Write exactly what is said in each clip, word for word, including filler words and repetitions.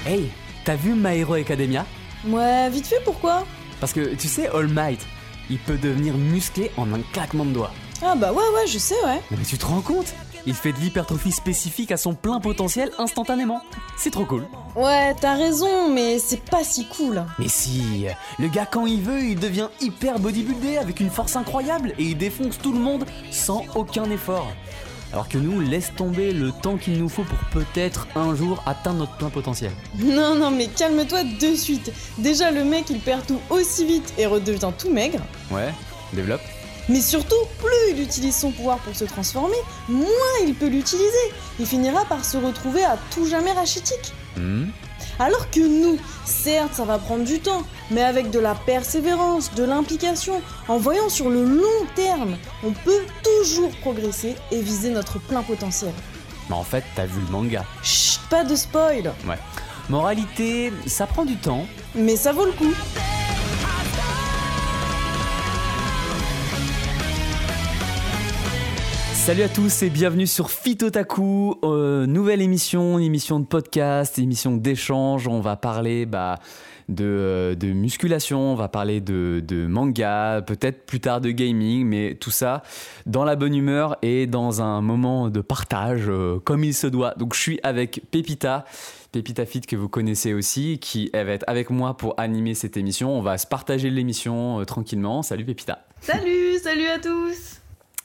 Hey, t'as vu My Hero Academia ? Ouais, vite fait, pourquoi ? Parce que tu sais, All Might, il peut devenir musclé en un claquement de doigts. Ah bah ouais, ouais, je sais, ouais. Non mais tu te rends compte ? Il fait de l'hypertrophie spécifique à son plein potentiel instantanément. C'est trop cool. Ouais, t'as raison, mais c'est pas si cool. Mais si, le gars quand il veut, il devient hyper bodybuildé avec une force incroyable et il défonce tout le monde sans aucun effort. Alors que nous, laisse tomber le temps qu'il nous faut pour peut-être un jour atteindre notre plein potentiel. Non, non, mais calme-toi de suite. Déjà, le mec, il perd tout aussi vite et redevient tout maigre. Ouais, développe. Mais surtout, plus il utilise son pouvoir pour se transformer, moins il peut l'utiliser. Il finira par se retrouver à tout jamais rachitique. Mmh. Alors que nous, certes, ça va prendre du temps, mais avec de la persévérance, de l'implication, en voyant sur le long terme, on peut toujours progresser et viser notre plein potentiel. Mais en fait, t'as vu le manga. Chut, pas de spoil. Ouais. Moralité, ça prend du temps. Mais ça vaut le coup. Salut à tous et bienvenue sur Fit Otaku, euh, nouvelle émission, émission de podcast, émission d'échange. On va parler bah, de, de musculation, on va parler de, de manga, peut-être plus tard de gaming, mais tout ça dans la bonne humeur et dans un moment de partage euh, comme il se doit. Donc je suis avec Pépita. Pépita Fit que vous connaissez aussi, qui elle va être avec moi pour animer cette émission. On va se partager l'émission euh, tranquillement. Salut Pépita. Salut, salut à tous.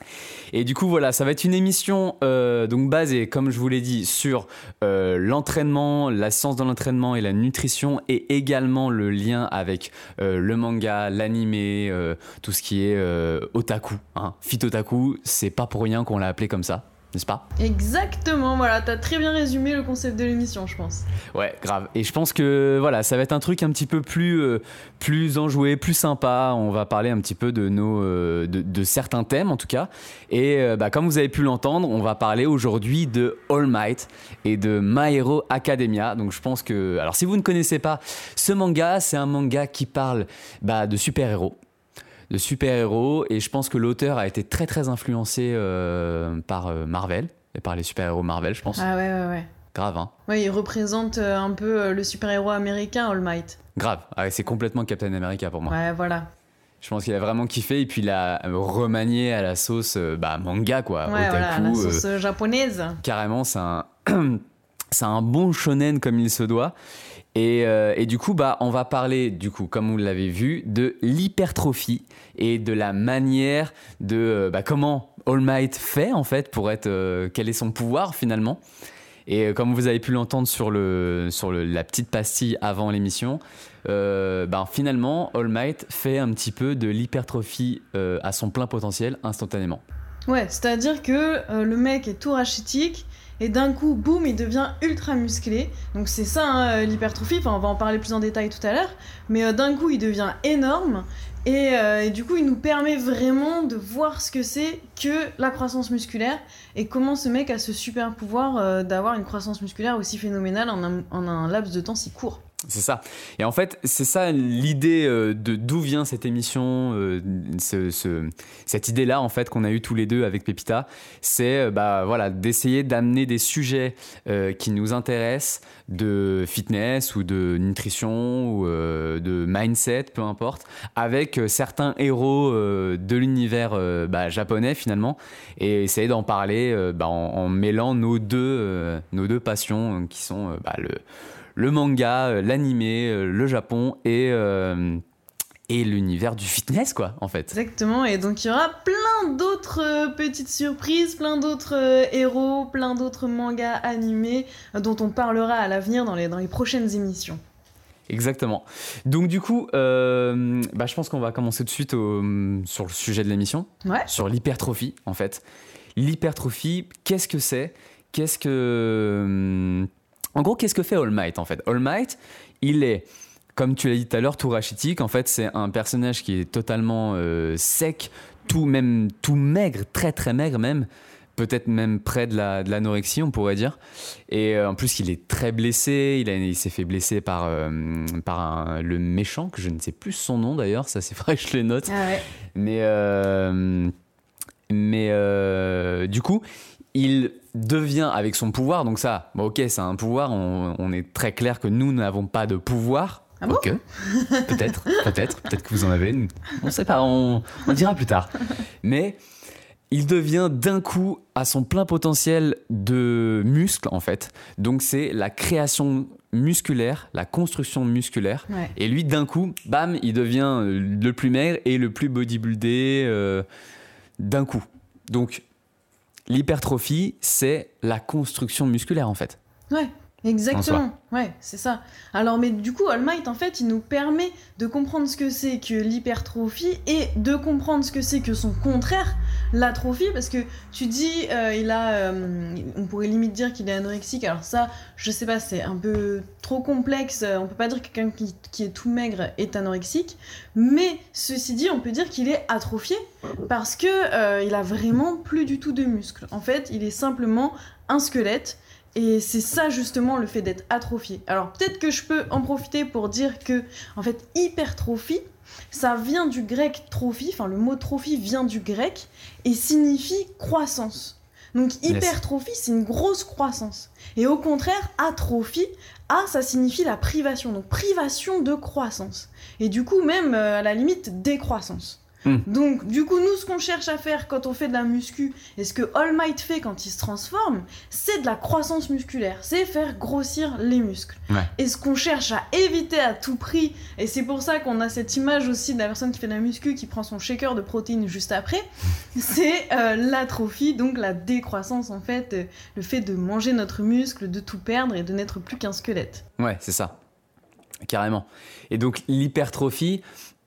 Et du coup, voilà, ça va être une émission euh, donc basée, comme je vous l'ai dit, sur euh, l'entraînement, la science de l'entraînement et la nutrition, et également le lien avec euh, le manga, l'animé, euh, tout ce qui est euh, otaku. Hein. Fit Otaku, c'est pas pour rien qu'on l'a appelé comme ça. N'est-ce pas ? Exactement, voilà, t'as très bien résumé le concept de l'émission, je pense. Ouais, grave. Et je pense que voilà, ça va être un truc un petit peu plus, euh, plus enjoué, plus sympa. On va parler un petit peu de nos, euh, de, de certains thèmes en tout cas. Et euh, bah, comme vous avez pu l'entendre, on va parler aujourd'hui de All Might et de My Hero Academia. Donc je pense que, alors si vous ne connaissez pas ce manga, c'est un manga qui parle bah, de super-héros. de super-héros, et je pense que l'auteur a été très très influencé euh, par euh, Marvel, et par les super-héros Marvel, je pense. Ah ouais, ouais, ouais. Grave, hein. Ouais, il représente euh, un peu euh, le super-héros américain, All Might. Grave, ah, c'est complètement Captain America pour moi. Ouais, voilà. Je pense qu'il a vraiment kiffé, et puis il a remanié à la sauce euh, bah, manga, quoi. Ouais, Otaku, voilà, la sauce euh, japonaise. Carrément, c'est un, c'est un bon shonen comme il se doit. Et, euh, et du coup, bah, on va parler, du coup, comme vous l'avez vu, de l'hypertrophie et de la manière de euh, bah, comment All Might fait en fait pour être, euh, quel est son pouvoir finalement. Et euh, comme vous avez pu l'entendre sur, le, sur le, la petite pastille avant l'émission, euh, bah, finalement, All Might fait un petit peu de l'hypertrophie euh, à son plein potentiel instantanément. Ouais, c'est-à-dire que euh, le mec est tout rachitique. Et d'un coup, boum, il devient ultra musclé. Donc c'est ça, hein, l'hypertrophie. Enfin, on va en parler plus en détail tout à l'heure. Mais euh, d'un coup, il devient énorme. Et, euh, et du coup, il nous permet vraiment de voir ce que c'est que la croissance musculaire. Et comment ce mec a ce super pouvoir euh, d'avoir une croissance musculaire aussi phénoménale en un, en un laps de temps si court. C'est ça. Et en fait, c'est ça l'idée euh, de d'où vient cette émission, euh, ce, ce, cette idée-là en fait qu'on a eu tous les deux avec Pépita, c'est euh, bah voilà d'essayer d'amener des sujets euh, qui nous intéressent, de fitness ou de nutrition ou euh, de mindset, peu importe, avec euh, certains héros euh, de l'univers euh, bah, japonais finalement, et essayer d'en parler euh, bah, en, en mêlant nos deux euh, nos deux passions euh, qui sont euh, bah, le le manga, l'animé, le Japon et, euh, et l'univers du fitness, quoi, en fait. Exactement, et donc il y aura plein d'autres euh, petites surprises, plein d'autres euh, héros, plein d'autres mangas animés euh, dont on parlera à l'avenir dans les, dans les prochaines émissions. Exactement. Donc du coup, euh, bah, je pense qu'on va commencer tout de suite au, sur le sujet de l'émission, ouais. Sur l'hypertrophie, en fait. L'hypertrophie, qu'est-ce que c'est ? Qu'est-ce que... En gros, qu'est-ce que fait All Might en fait ? All Might, il est, comme tu l'as dit tout à l'heure, tout rachitique. En fait, c'est un personnage qui est totalement euh, sec, tout, même, tout maigre, très très maigre même. Peut-être même près de, la, de l'anorexie, on pourrait dire. Et euh, en plus, il est très blessé. Il, a, il s'est fait blesser par, euh, par un, le méchant, que je ne sais plus son nom d'ailleurs. Ça, c'est vrai que je le note. Ah ouais. Mais, euh, mais euh, du coup... il devient avec son pouvoir, donc ça, bon, ok, c'est un pouvoir, on, on est très clair que nous n'avons pas de pouvoir. Ah bon ? Ok, peut-être, peut-être, peut-être que vous en avez, on ne sait pas, on, on dira plus tard. Mais il devient d'un coup à son plein potentiel de muscle, en fait. Donc c'est la création musculaire, la construction musculaire. Ouais. Et lui, d'un coup, bam, il devient le plus maigre et le plus bodybuildé euh, d'un coup. Donc l'hypertrophie, c'est la construction musculaire, en fait. Ouais, exactement. Ouais, c'est ça. Alors, mais du coup, All Might, en fait, il nous permet de comprendre ce que c'est que l'hypertrophie et de comprendre ce que c'est que son contraire, l'atrophie, parce que tu dis, euh, il a, euh, on pourrait limite dire qu'il est anorexique. Alors ça, je sais pas, c'est un peu trop complexe. On peut pas dire que quelqu'un qui, qui est tout maigre est anorexique, mais ceci dit, on peut dire qu'il est atrophié parce que euh, il a vraiment plus du tout de muscles. En fait, il est simplement un squelette. Et c'est ça justement le fait d'être atrophié. Alors peut-être que je peux en profiter pour dire que en fait hypertrophie, ça vient du grec trophie, enfin le mot trophie vient du grec et signifie croissance. Donc hypertrophie, c'est une grosse croissance. Et au contraire, atrophie, A, ça signifie la privation, donc privation de croissance. Et du coup même euh, à la limite décroissance. Mmh. Donc, du coup, nous, ce qu'on cherche à faire quand on fait de la muscu, et ce que All Might fait quand il se transforme, c'est de la croissance musculaire, c'est faire grossir les muscles. Ouais. Et ce qu'on cherche à éviter à tout prix, et c'est pour ça qu'on a cette image aussi de la personne qui fait de la muscu, qui prend son shaker de protéines juste après, c'est euh, l'atrophie, donc la décroissance, en fait, euh, le fait de manger notre muscle, de tout perdre et de n'être plus qu'un squelette. Ouais, c'est ça. Carrément. Et donc, l'hypertrophie...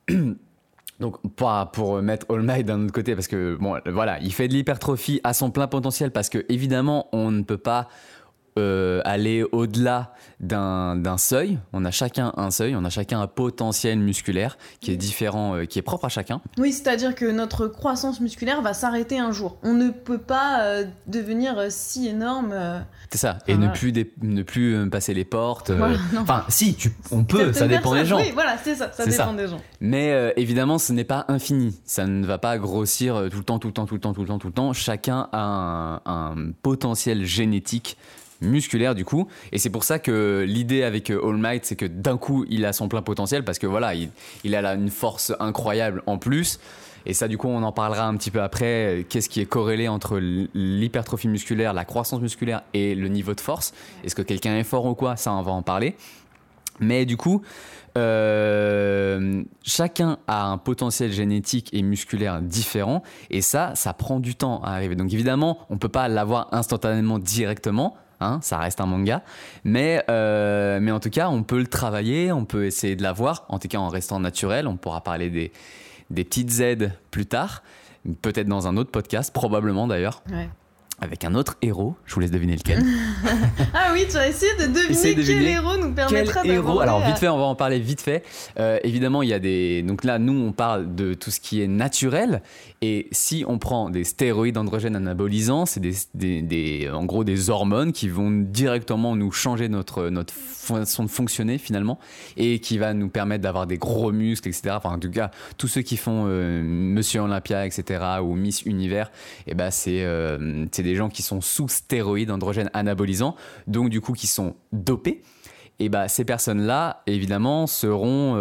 Donc, pas pour mettre All Might d'un autre côté, parce que, bon, voilà, il fait de l'hypertrophie à son plein potentiel, parce que, évidemment, on ne peut pas euh, aller au-delà d'un, d'un seuil. On a chacun un seuil, on a chacun un potentiel musculaire qui est différent, euh, qui est propre à chacun. Oui, c'est-à-dire que notre croissance musculaire va s'arrêter un jour. On ne peut pas euh, devenir euh, si énorme. Euh... C'est ça, et voilà. ne plus, dé- ne plus euh, passer les portes. Euh... Voilà, enfin, si, tu, on peut, ça dépend personnes, des gens. Oui, voilà, c'est ça, ça c'est dépend ça. des gens. Mais euh, évidemment, ce n'est pas infini. Ça ne va pas grossir tout le temps, tout le temps, tout le temps, tout le temps, tout le temps. Chacun a un, un potentiel génétique musculaire du coup, et c'est pour ça que l'idée avec All Might, c'est que d'un coup il a son plein potentiel, parce que voilà, il, il a là une force incroyable en plus, et ça du coup on en parlera un petit peu après, qu'est-ce qui est corrélé entre l'hypertrophie musculaire, la croissance musculaire et le niveau de force, est-ce que quelqu'un est fort ou quoi, ça on va en parler. Mais du coup euh, chacun a un potentiel génétique et musculaire différent, et ça ça prend du temps à arriver, donc évidemment on peut pas l'avoir instantanément directement. Hein, ça reste un manga, mais, euh, mais en tout cas, on peut le travailler, on peut essayer de l'avoir, en tout cas en restant naturel. On pourra parler des, des petites aides plus tard, peut-être dans un autre podcast, probablement d'ailleurs. Ouais. Avec un autre héros, je vous laisse deviner lequel. Ah oui, tu as essayé de deviner, de deviner quel héros nous permettra quel héros. Alors à... vite fait, on va en parler vite fait. Euh, évidemment, il y a des. Donc là, nous, on parle de tout ce qui est naturel. Et si on prend des stéroïdes androgènes anabolisants, c'est des, des, des, en gros des hormones qui vont directement nous changer notre, notre façon de fonctionner finalement, et qui va nous permettre d'avoir des gros muscles, et cetera. Enfin, en tout cas, tous ceux qui font euh, Monsieur Olympia, et cetera, ou Miss Univers, et ben c'est, euh, c'est des gens qui sont sous stéroïdes androgènes anabolisants, donc du coup qui sont dopés. Et bah ces personnes-là, évidemment, seront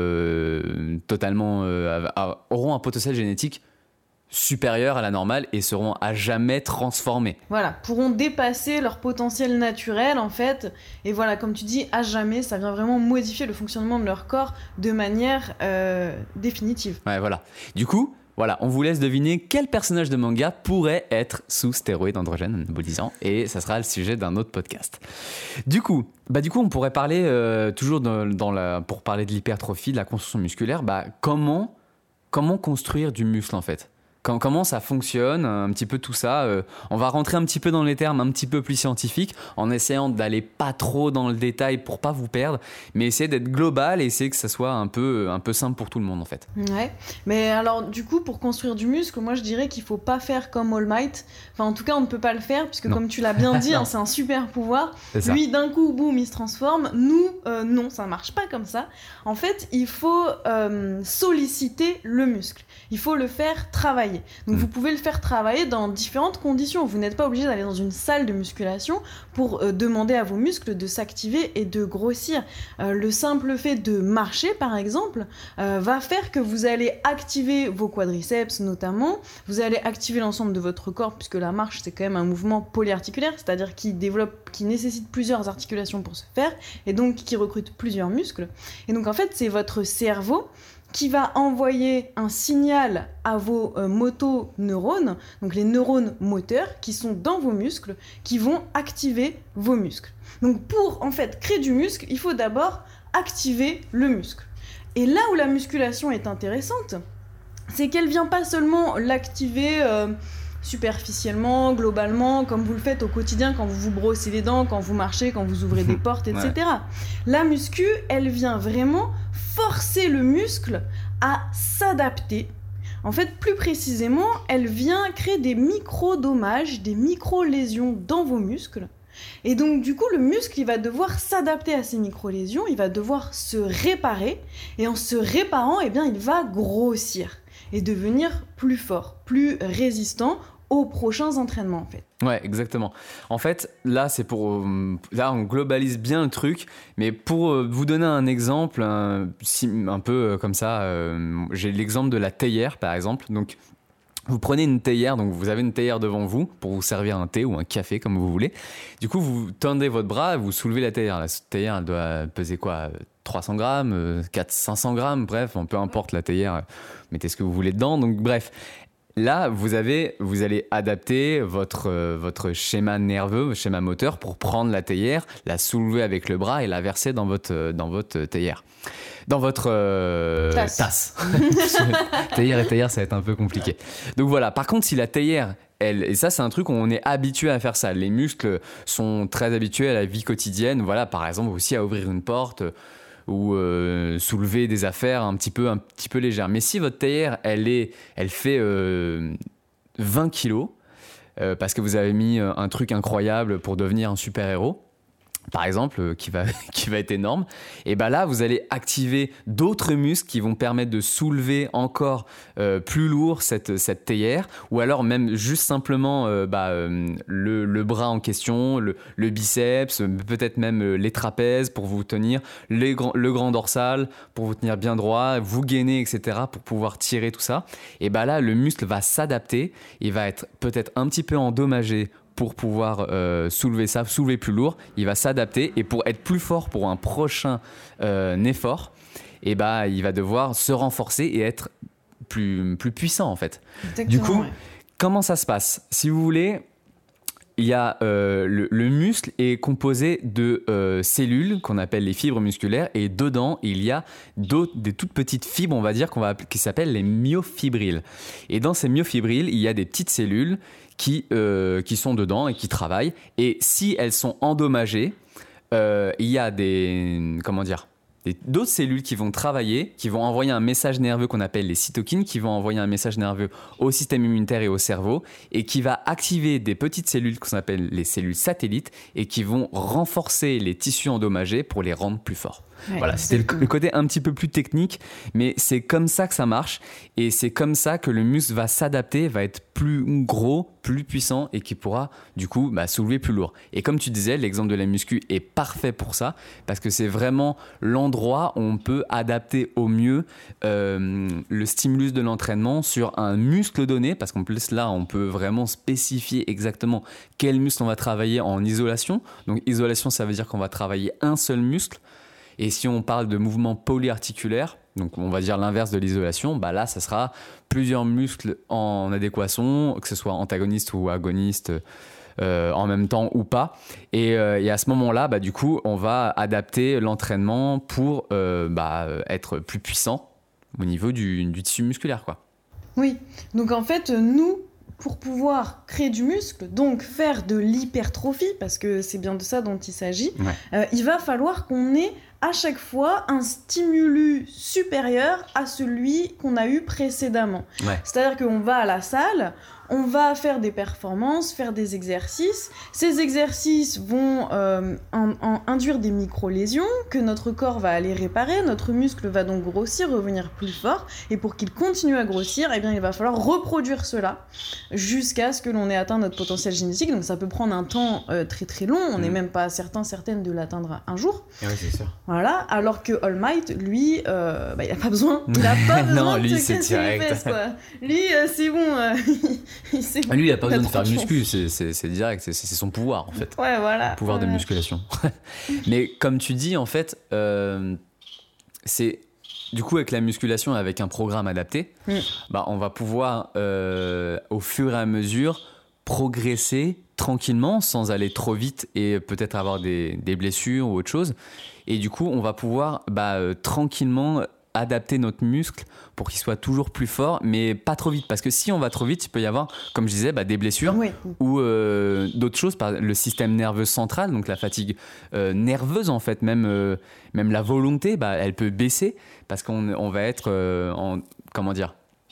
euh, totalement euh, auront un potentiel génétique supérieur à la normale et seront à jamais transformés. Voilà, pourront dépasser leur potentiel naturel en fait. Et voilà, comme tu dis, à jamais, ça vient vraiment modifier le fonctionnement de leur corps de manière euh, définitive. Ouais, voilà. Du coup, voilà, on vous laisse deviner quel personnage de manga pourrait être sous stéroïdes androgènes anabolisants, et ça sera le sujet d'un autre podcast. Du coup, bah du coup, on pourrait parler euh, toujours dans, dans la, pour parler de l'hypertrophie, de la construction musculaire, bah comment comment construire du muscle en fait. Comment ça fonctionne, un petit peu tout ça. Euh, on va rentrer un petit peu dans les termes un petit peu plus scientifiques, en essayant d'aller pas trop dans le détail pour pas vous perdre, mais essayer d'être global et essayer que ça soit un peu, un peu simple pour tout le monde en fait. Ouais, mais alors du coup pour construire du muscle, moi je dirais qu'il faut pas faire comme All Might. Enfin en tout cas on ne peut pas le faire, puisque non. Comme tu l'as bien dit, hein, c'est un super pouvoir. Lui d'un coup, boum, il se transforme. Nous, euh, non, ça marche pas comme ça. En fait, il faut euh, solliciter le muscle. Il faut le faire travailler. travailler. Donc, mmh. vous pouvez le faire travailler dans différentes conditions. Vous n'êtes pas obligé d'aller dans une salle de musculation pour euh, demander à vos muscles de s'activer et de grossir. Euh, le simple fait de marcher, par exemple, euh, va faire que vous allez activer vos quadriceps, notamment. Vous allez activer l'ensemble de votre corps, puisque la marche, c'est quand même un mouvement polyarticulaire, c'est-à-dire qui développe, qui nécessite plusieurs articulations pour se faire, et donc qui recrute plusieurs muscles. Et donc, en fait, c'est votre cerveau qui va envoyer un signal à vos euh, motoneurones, donc les neurones moteurs qui sont dans vos muscles, qui vont activer vos muscles. Donc pour en fait créer du muscle, il faut d'abord activer le muscle. Et là où la musculation est intéressante, c'est qu'elle vient pas seulement l'activer euh, superficiellement, globalement, comme vous le faites au quotidien quand vous vous brossez les dents, quand vous marchez, quand vous ouvrez des portes, et cetera. Ouais. La muscu, elle vient vraiment forcer le muscle à s'adapter. En fait, plus précisément, elle vient créer des micro-dommages, des micro-lésions dans vos muscles. Et donc, du coup, le muscle, il va devoir s'adapter à ces micro-lésions, il va devoir se réparer, et en se réparant, eh bien, il va grossir et devenir plus fort, plus résistant aux prochains entraînements, en fait. Ouais, exactement. En fait, là, c'est pour... Là, on globalise bien le truc, mais pour vous donner un exemple, un, un peu comme ça, euh, j'ai l'exemple de la théière, par exemple. Donc, vous prenez une théière, donc vous avez une théière devant vous pour vous servir un thé ou un café, comme vous voulez. Du coup, vous tendez votre bras et vous soulevez la théière. La théière, elle doit peser quoi ? trois cents grammes, quatre cents, cinq cents grammes, bref, peu importe la théière, mettez ce que vous voulez dedans. Donc, bref. Là, vous, avez, vous allez adapter votre, euh, votre schéma nerveux, votre schéma moteur pour prendre la théière, la soulever avec le bras et la verser dans votre, dans votre théière. Dans votre euh, tasse. tasse. Théière et théière, ça va être un peu compliqué. Donc voilà, par contre, si la théière, elle, et ça, c'est un truc où on est habitué à faire ça. Les muscles sont très habitués à la vie quotidienne. Voilà, par exemple, aussi à ouvrir une porte ou euh, soulever des affaires un petit peu, un petit peu légères. Mais si votre théière, elle, est, elle fait euh, vingt kilos, euh, parce que vous avez mis un truc incroyable pour devenir un super-héros, par exemple, euh, qui va, qui va être énorme, et bien là, vous allez activer d'autres muscles qui vont permettre de soulever encore euh, plus lourd cette, cette théière, ou alors même juste simplement euh, bah, euh, le, le bras en question, le, le biceps, peut-être même euh, les trapèzes pour vous tenir, les, le grand dorsal pour vous tenir bien droit, vous gainer, et cetera, pour pouvoir tirer tout ça. Et bien là, le muscle va s'adapter, il va être peut-être un petit peu endommagé pour pouvoir euh, soulever ça, soulever plus lourd, il va s'adapter et pour être plus fort pour un prochain euh, effort, et bah, il va devoir se renforcer et être plus, plus puissant en fait. Exactement, du coup, ouais. Comment ça se passe ? Si vous voulez, il y a, euh, le, le muscle est composé de euh, cellules qu'on appelle les fibres musculaires et dedans, il y a des toutes petites fibres, on va dire, qu'on va, qui s'appellent les myofibrilles. Et dans ces myofibrilles, il y a des petites cellules qui, euh, qui sont dedans et qui travaillent. Et si elles sont endommagées, euh, il y a des... Comment dire ? D'autres cellules qui vont travailler, qui vont envoyer un message nerveux qu'on appelle les cytokines, qui vont envoyer un message nerveux au système immunitaire et au cerveau, et qui va activer des petites cellules qu'on appelle les cellules satellites, et qui vont renforcer les tissus endommagés pour les rendre plus forts. Ouais, voilà, c'était le, le côté un petit peu plus technique, mais c'est comme ça que ça marche, et c'est comme ça que le muscle va s'adapter, va être plus gros, plus puissant, et qui pourra du coup bah, soulever plus lourd. Et comme tu disais, l'exemple de la muscu est parfait pour ça, parce que c'est vraiment l'endroit où on peut adapter au mieux euh, le stimulus de l'entraînement sur un muscle donné, parce qu'en plus là, on peut vraiment spécifier exactement quel muscle on va travailler en isolation. Donc isolation, ça veut dire qu'on va travailler un seul muscle. Et si on parle de mouvements polyarticulaires, donc on va dire l'inverse de l'isolation, bah là, ça sera plusieurs muscles en adéquation, que ce soit antagoniste ou agoniste, euh, en même temps ou pas. Et, euh, et à ce moment-là, bah, du coup, on va adapter l'entraînement pour euh, bah, être plus puissant au niveau du, du tissu musculaire, quoi. Oui, donc en fait, nous, pour pouvoir créer du muscle, donc faire de l'hypertrophie, parce que c'est bien de ça dont il s'agit, ouais. euh, il va falloir qu'on ait à chaque fois un stimulus supérieur à celui qu'on a eu précédemment. Ouais. C'est-à-dire qu'on va à la salle, on va faire des performances, faire des exercices. Ces exercices vont euh, en, en induire des micro-lésions que notre corps va aller réparer. Notre muscle va donc grossir, revenir plus fort. Et pour qu'il continue à grossir, eh bien, il va falloir reproduire cela jusqu'à ce que l'on ait atteint notre potentiel génétique. Donc ça peut prendre un temps euh, très très long. On n'est mmh. même pas certain, certaine de l'atteindre un jour. Oui, c'est sûr. Voilà. Alors que All Might, lui, euh, bah, il n'a pas besoin. Il n'a pas besoin non, de lui, se c'est casser les fesses, quoi. Lui, euh, c'est bon. Euh, c'est lui, il n'a pas besoin de faire muscu. C'est, c'est, c'est direct. C'est, c'est son pouvoir, en fait. Ouais, voilà. Le pouvoir ouais. de musculation. Mais comme tu dis, en fait, euh, c'est... Du coup, avec la musculation, avec un programme adapté, mm. bah, on va pouvoir, euh, au fur et à mesure, progresser tranquillement, sans aller trop vite et peut-être avoir des, des blessures ou autre chose. Et du coup, on va pouvoir bah, euh, tranquillement adapter notre muscle pour qu'il soit toujours plus fort, mais pas trop vite. Parce que si on va trop vite, il peut y avoir, comme je disais, bah, des blessures oui. ou euh, d'autres choses, par le système nerveux central, donc la fatigue euh, nerveuse en fait, même, euh, même la volonté, bah, elle peut baisser parce qu'on on va être euh, en, comment dire,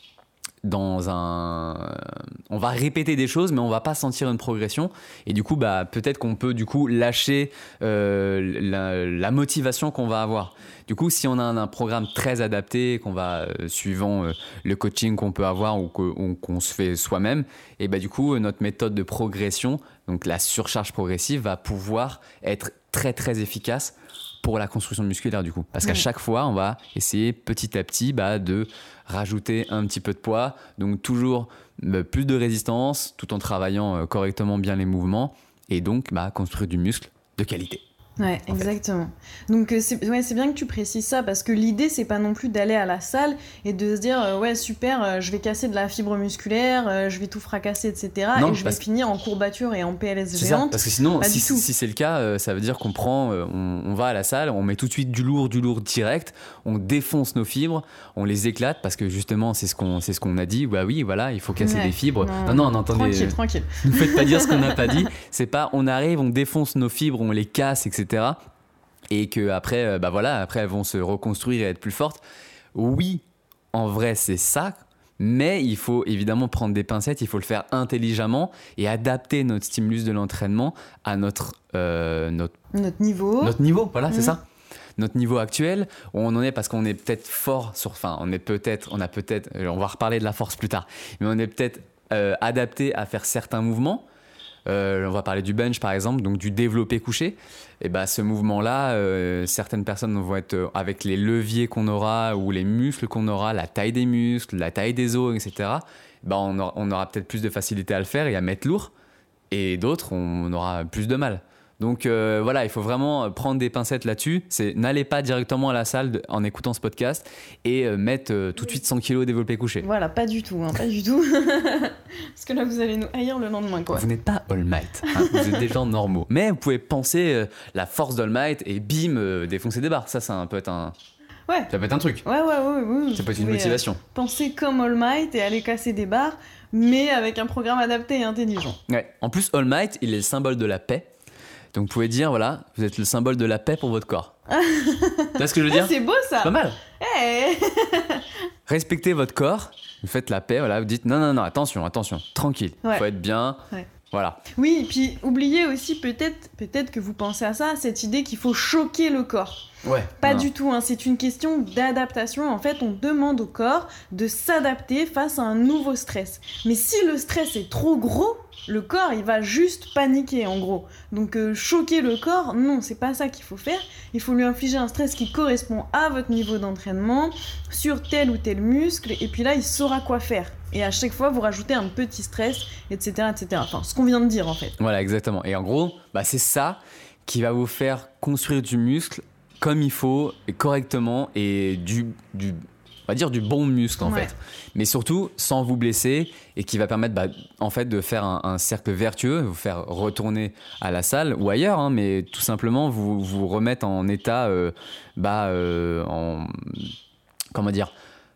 dans un... On va répéter des choses, mais on va pas sentir une progression. Et du coup, bah, peut-être qu'on peut du coup lâcher euh, la, la motivation qu'on va avoir. Du coup, si on a un, un programme très adapté, qu'on va, euh, suivant euh, le coaching qu'on peut avoir ou, que, ou qu'on se fait soi-même, et bah, du coup, notre méthode de progression, donc la surcharge progressive, va pouvoir être très très efficace pour la construction musculaire du coup. Parce qu'à mmh. chaque fois, on va essayer petit à petit bah, de rajouter un petit peu de poids, donc toujours bah, plus de résistance, tout en travaillant euh, correctement bien les mouvements, et donc bah, construire du muscle de qualité. Ouais, exactement. Fait. Donc euh, c'est, ouais, c'est bien que tu précises ça parce que l'idée c'est pas non plus d'aller à la salle et de se dire euh, ouais super, euh, je vais casser de la fibre musculaire, euh, je vais tout fracasser et cetera. Non, et je vais finir en courbature et en P L S c'est géante. Ça, parce que sinon, si, si c'est le cas, euh, ça veut dire qu'on prend, euh, on, on va à la salle, on met tout de suite du lourd, du lourd direct, on défonce nos fibres, on les éclate parce que justement c'est ce qu'on, c'est ce qu'on a dit. Bah oui, voilà, il faut casser ouais. des fibres. Non, non, non, attendez. Tranquille, tranquille. Ne faites pas dire ce qu'on n'a pas dit. C'est pas, on arrive, on défonce nos fibres, on les casse, et cetera. Et qu'après, bah voilà, après elles vont se reconstruire et être plus fortes. Oui, en vrai, c'est ça, mais il faut évidemment prendre des pincettes, il faut le faire intelligemment et adapter notre stimulus de l'entraînement à notre, euh, notre, notre niveau. Notre niveau, voilà, mmh. c'est ça. Notre niveau actuel, où on en est parce qu'on est peut-être fort sur, enfin, on est peut-être, on a peut-être, on va reparler de la force plus tard, mais on est peut-être euh, adapté à faire certains mouvements. Euh, on va parler du bench par exemple, donc du développé couché. Et bah, ce mouvement-là, euh, certaines personnes vont être euh, avec les leviers qu'on aura ou les muscles qu'on aura, la taille des muscles, la taille des os, et cetera. Bah, on aura, on aura peut-être plus de facilité à le faire et à mettre lourd. Et d'autres, on aura plus de mal. Donc euh, voilà, il faut vraiment prendre des pincettes là-dessus. C'est, n'allez pas directement à la salle de, en écoutant ce podcast et euh, mettre euh, tout de suite cent kilos développé couché. Voilà, pas du tout, hein, pas du tout. Parce que là, vous allez nous haïr le lendemain, quoi. Vous n'êtes pas All Might, hein, vous êtes des gens normaux. Mais vous pouvez penser euh, la force d'All Might et bim, euh, défoncer des barres. Ça, ça peut être un... Ouais. Ça peut être un truc. Ouais, ouais, ouais. ouais ça peut être une motivation. Euh, penser comme All Might et aller casser des barres, mais avec un programme adapté et intelligent. Ouais. En plus, All Might, il est le symbole de la paix. Donc vous pouvez dire, voilà, vous êtes le symbole de la paix pour votre corps. Tu vois ce que je veux dire ? C'est beau ça. C'est pas mal. Hey. Respectez votre corps, vous faites la paix, voilà, vous dites non, non, non, attention, attention, tranquille, il ouais. faut être bien. Ouais. Voilà. Oui, et puis oubliez aussi peut-être, peut-être que vous pensez à ça, cette idée qu'il faut choquer le corps. Ouais. Pas non. du tout, hein, c'est une question d'adaptation. En fait, on demande au corps de s'adapter face à un nouveau stress. Mais si le stress est trop gros, le corps, il va juste paniquer, en gros. Donc, euh, choquer le corps, non, c'est pas ça qu'il faut faire. Il faut lui infliger un stress qui correspond à votre niveau d'entraînement, sur tel ou tel muscle, et puis là, il saura quoi faire. Et à chaque fois, vous rajoutez un petit stress, et cetera, et cetera. Enfin, ce qu'on vient de dire, en fait. Voilà, exactement. Et en gros, bah, c'est ça qui va vous faire construire du muscle comme il faut, et correctement, et du... du on va dire du bon muscle en ouais. fait, mais surtout sans vous blesser et qui va permettre bah, en fait de faire un, un cercle vertueux, vous faire retourner à la salle ou ailleurs, hein, mais tout simplement vous vous remettre en état, euh, bah, euh, en comment dire,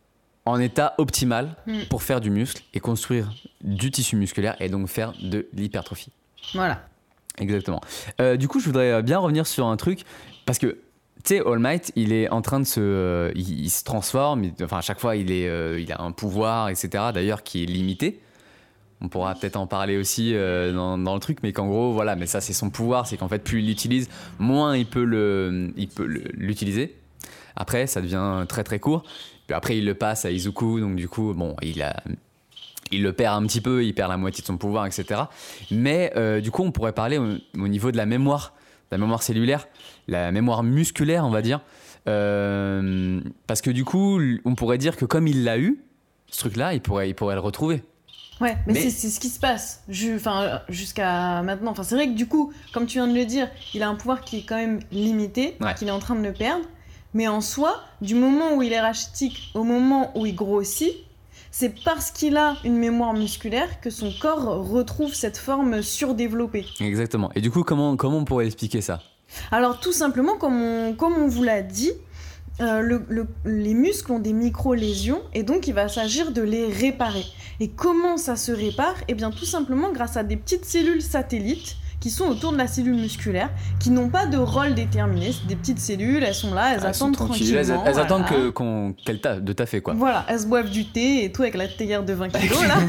en état optimal mm. pour faire du muscle et construire du tissu musculaire et donc faire de l'hypertrophie. Voilà. Exactement. Euh, du coup, je voudrais bien revenir sur un truc parce que tu sais, All Might, il est en train de se, euh, il, il se transforme. Il, enfin, à chaque fois, il est, euh, il a un pouvoir, et cetera. D'ailleurs, qui est limité. On pourra peut-être en parler aussi euh, dans, dans le truc, mais qu'en gros, voilà, mais ça c'est son pouvoir, c'est qu'en fait plus il l'utilise, moins il peut, le, il peut le, l'utiliser. Après, ça devient très très court. Puis après, il le passe à Izuku, donc du coup, bon, il a, il le perd un petit peu, il perd la moitié de son pouvoir, et cetera. Mais euh, du coup, on pourrait parler au, au niveau de la mémoire, la mémoire cellulaire, la mémoire musculaire, on va dire, euh, parce que du coup, on pourrait dire que comme il l'a eu, ce truc-là, il pourrait, il pourrait le retrouver. Ouais, mais, mais... C'est, c'est ce qui se passe Ju- jusqu'à maintenant. Enfin, c'est vrai que du coup, comme tu viens de le dire, il a un pouvoir qui est quand même limité, ouais. qu'il est en train de le perdre. Mais en soi, du moment où il est rachitique au moment où il grossit, c'est parce qu'il a une mémoire musculaire que son corps retrouve cette forme surdéveloppée. Exactement. Et du coup, comment, comment on pourrait expliquer ça ? Alors, tout simplement, comme on, comme on vous l'a dit, Euh, le, le, les muscles ont des micro-lésions et donc il va s'agir de les réparer. Et comment ça se répare ? Eh bien tout simplement grâce à des petites cellules satellites qui sont autour de la cellule musculaire, qui n'ont pas de rôle déterminé. C'est des petites cellules, elles sont là, elles ah, attendent tranquillement. Elles, elles voilà. attendent que, qu'on, qu'elles ta, de taffer quoi. Voilà, elles se boivent du thé et tout avec la théière de vingt kilos là.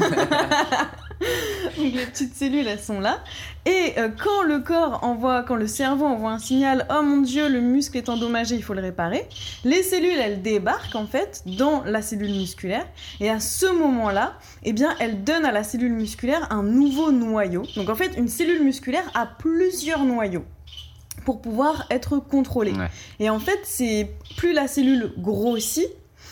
Donc les petites cellules, elles sont là. Et euh, quand le corps envoie, quand le cerveau envoie un signal, oh mon Dieu, le muscle est endommagé, il faut le réparer. Les cellules, elles débarquent en fait dans la cellule musculaire. Et à ce moment-là, eh bien, elles donnent à la cellule musculaire un nouveau noyau. Donc en fait, une cellule musculaire a plusieurs noyaux pour pouvoir être contrôlée. Ouais. Et en fait, c'est plus la cellule grossit,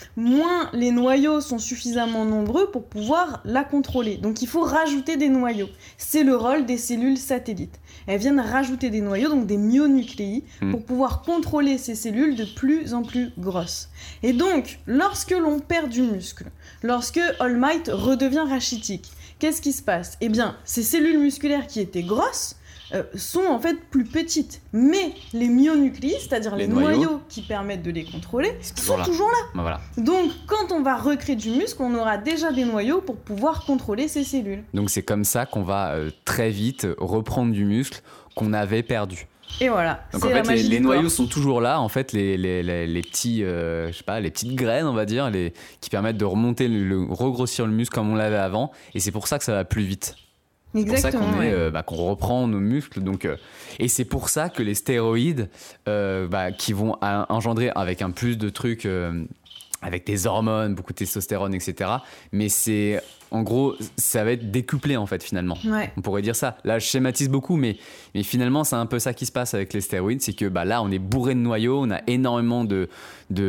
moins les noyaux sont suffisamment nombreux pour pouvoir la contrôler. Donc il faut rajouter des noyaux. C'est le rôle des cellules satellites. Elles viennent rajouter des noyaux, donc des myonucléi, mmh. pour pouvoir contrôler ces cellules de plus en plus grosses. Et donc, lorsque l'on perd du muscle, lorsque All Might redevient rachitique, qu'est-ce qui se passe ? Eh bien, ces cellules musculaires qui étaient grosses, Euh, sont en fait plus petites, mais les myonucléi, c'est-à-dire les, les noyaux. noyaux qui permettent de les contrôler, sont là. toujours là. Ben voilà. Donc, quand on va recréer du muscle, on aura déjà des noyaux pour pouvoir contrôler ces cellules. Donc, c'est comme ça qu'on va euh, très vite reprendre du muscle qu'on avait perdu. Et voilà. Donc en fait, les, les noyaux sont toujours là. En fait, les, les, les, les petits, euh, je sais pas, les petites graines, on va dire, les, qui permettent de remonter, le, le, regrossir le muscle comme on l'avait avant. Et c'est pour ça que ça va plus vite. C'est pour ça qu'on, est, euh, bah, qu'on reprend nos muscles. Donc, euh, et c'est pour ça que les stéroïdes euh, bah, qui vont engendrer avec un plus de trucs, euh, avec des hormones, beaucoup de testostérone, et cetera. Mais c'est, en gros, ça va être décuplé en fait finalement. Ouais. On pourrait dire ça. Là, je schématise beaucoup, mais, mais finalement, c'est un peu ça qui se passe avec les stéroïdes. C'est que bah, là, on est bourré de noyaux, on a énormément de, de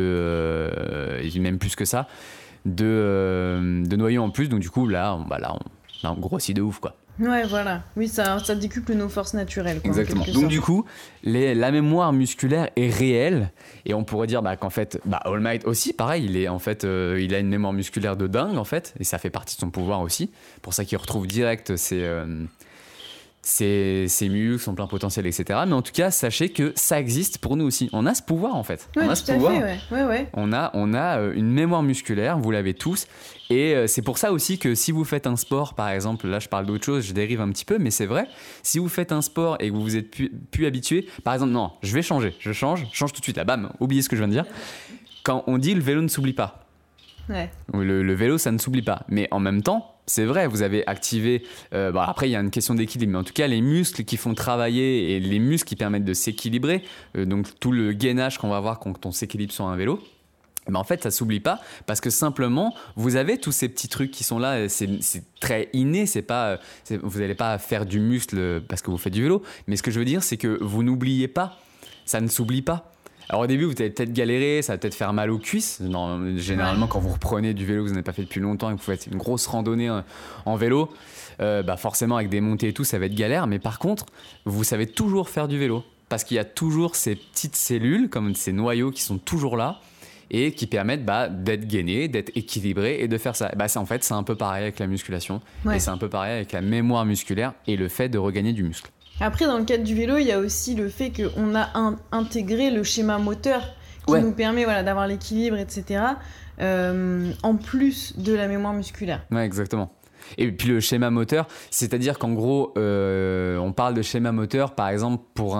euh, même plus que ça, de, euh, de noyaux en plus. Donc du coup, là, on, bah, là, on, là, on grossit de ouf quoi. Ouais, voilà. Oui, ça, ça décuple nos forces naturelles. Quoi, exactement. Donc, du coup, les, la mémoire musculaire est réelle. Et on pourrait dire bah, qu'en fait, bah, All Might aussi, pareil, il, est, en fait, euh, il a une mémoire musculaire de dingue, en fait. Et ça fait partie de son pouvoir aussi. Pour ça qu'il retrouve direct ses, euh, ses, ses muscles, son plein potentiel, et cetera. Mais en tout cas, sachez que ça existe pour nous aussi. On a ce pouvoir, en fait. Ouais, on a tout ce à pouvoir. Fait, ouais. Ouais, ouais. On a, on a une mémoire musculaire, vous l'avez tous. Et c'est pour ça aussi que si vous faites un sport, par exemple, là je parle d'autre chose, je dérive un petit peu, mais c'est vrai, si vous faites un sport et que vous vous êtes plus, plus habitué, par exemple, non, je vais changer, je change, je change tout de suite, là, bam, oubliez ce que je viens de dire. Quand on dit le vélo ne s'oublie pas, ouais. le, le vélo ça ne s'oublie pas, mais en même temps, c'est vrai, vous avez activé, euh, bon, après il y a une question d'équilibre, mais en tout cas les muscles qui font travailler et les muscles qui permettent de s'équilibrer, euh, donc tout le gainage qu'on va avoir quand on s'équilibre sur un vélo, mais en fait, ça s'oublie pas parce que simplement, vous avez tous ces petits trucs qui sont là. C'est, c'est très inné. C'est pas, c'est, vous n'allez pas faire du muscle parce que vous faites du vélo. Mais ce que je veux dire, c'est que vous n'oubliez pas. Ça ne s'oublie pas. Alors au début, vous allez peut-être galérer, ça va peut-être faire mal aux cuisses. Non, généralement, ouais. Quand vous reprenez du vélo que vous n'avez pas fait depuis longtemps et que vous faites une grosse randonnée en, en vélo, euh, bah forcément avec des montées et tout, ça va être galère. Mais par contre, vous savez toujours faire du vélo parce qu'il y a toujours ces petites cellules, comme ces noyaux qui sont toujours là. Et qui permettent bah, d'être gainés, d'être équilibrés et de faire ça. Bah, c'est, en fait, c'est un peu pareil avec la musculation. Ouais. Et c'est un peu pareil avec la mémoire musculaire et le fait de regagner du muscle. Après, dans le cadre du vélo, il y a aussi le fait qu'on a un, intégré le schéma moteur qui ouais. nous permet voilà, d'avoir l'équilibre, et cetera. Euh, en plus de la mémoire musculaire. Ouais, exactement. Et puis le schéma moteur, c'est-à-dire qu'en gros, euh, on parle de schéma moteur, par exemple, pour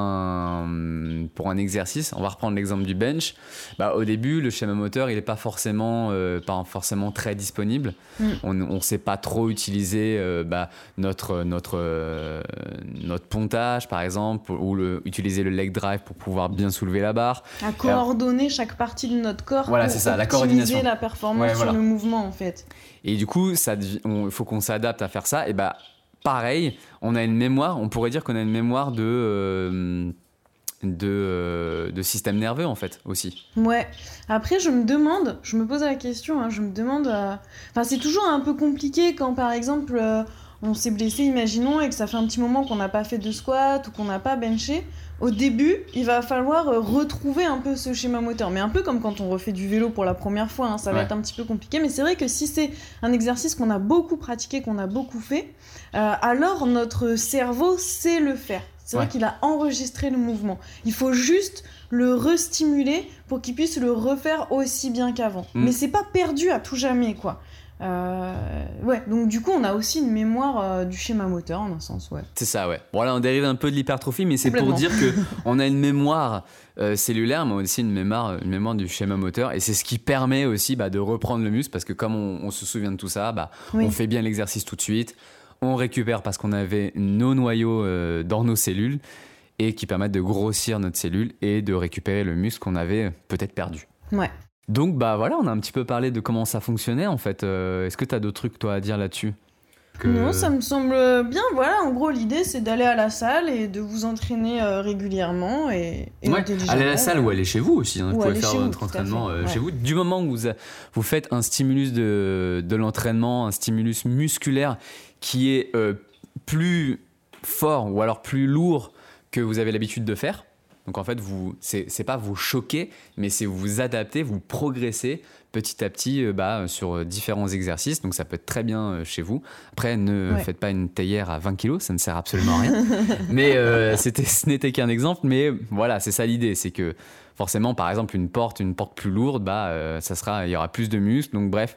un, pour un exercice. On va reprendre l'exemple du bench. Bah, au début, le schéma moteur, il n'est pas forcément, euh, pas forcément très disponible. Mm. On ne sait pas trop utiliser euh, bah, notre, notre, euh, notre pontage, par exemple, ou le, utiliser le leg drive pour pouvoir bien soulever la barre. À coordonner Alors, chaque partie de notre corps voilà, pour c'est ça, optimiser la coordination. la performance ouais, voilà. sur le mouvement, en fait. Et du coup, il faut qu'on s'adapte à faire ça. Et bah, pareil, on a une mémoire, on pourrait dire qu'on a une mémoire de, euh, de, euh, de système nerveux, en fait, aussi. Ouais. Après, je me demande, je me pose la question, hein, je me demande... Euh... Enfin, c'est toujours un peu compliqué quand, par exemple, euh, on s'est blessé, imaginons, et que ça fait un petit moment qu'on n'a pas fait de squat ou qu'on n'a pas benché. Au début, il va falloir retrouver un peu ce schéma moteur. Mais un peu comme quand on refait du vélo pour la première fois, hein, ça va ouais. être un petit peu compliqué. Mais c'est vrai que si c'est un exercice qu'on a beaucoup pratiqué, qu'on a beaucoup fait, euh, alors notre cerveau sait le faire. C'est ouais. vrai qu'il a enregistré le mouvement. Il faut juste le restimuler pour qu'il puisse le refaire aussi bien qu'avant. Mmh. Mais c'est pas perdu à tout jamais, quoi. Euh, ouais, donc du coup on a aussi une mémoire euh, du schéma moteur en un sens, ouais. C'est ça, ouais. Bon là on dérive un peu de l'hypertrophie, mais c'est pour dire que on a une mémoire euh, cellulaire, mais aussi une mémoire, une mémoire du schéma moteur, et c'est ce qui permet aussi bah, de reprendre le muscle, parce que comme on, on se souvient de tout ça, bah, oui. on fait bien l'exercice tout de suite, on récupère parce qu'on avait nos noyaux euh, dans nos cellules, et qui permettent de grossir notre cellule et de récupérer le muscle qu'on avait peut-être perdu. Ouais. Donc bah voilà, on a un petit peu parlé de comment ça fonctionnait en fait. Euh, est-ce que tu as d'autres trucs toi à dire là-dessus ? Que... Non, ça me semble bien. Voilà, en gros l'idée c'est d'aller à la salle et de vous entraîner euh, régulièrement et, et ouais, aller à la salle ou aller chez vous aussi. Hein. Vous pouvez faire votre entraînement euh, ouais. chez vous. Du moment où vous, a, vous faites un stimulus de, de l'entraînement, un stimulus musculaire qui est euh, plus fort ou alors plus lourd que vous avez l'habitude de faire. Donc en fait, vous, c'est, c'est pas vous choquer, mais c'est vous adapter, vous progresser petit à petit euh, bah, sur différents exercices. Donc ça peut être très bien euh, chez vous. Après, ne ouais. faites pas une théière à vingt kilos, ça ne sert absolument à rien. mais euh, c'était, ce n'était qu'un exemple. Mais voilà, c'est ça l'idée, c'est que forcément, par exemple, une porte, une porte plus lourde, bah, euh, ça sera, il y aura plus de muscles. Donc bref,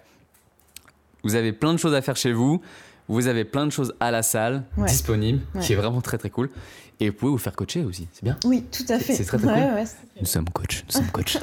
vous avez plein de choses à faire chez vous. Vous avez plein de choses à la salle ouais. disponibles, ouais. qui est vraiment très très cool. Et vous pouvez vous faire coacher aussi, c'est bien. Oui, tout à fait. C'est, c'est très très ouais, cool. Ouais, c'est... Nous sommes coachs, nous sommes coachs.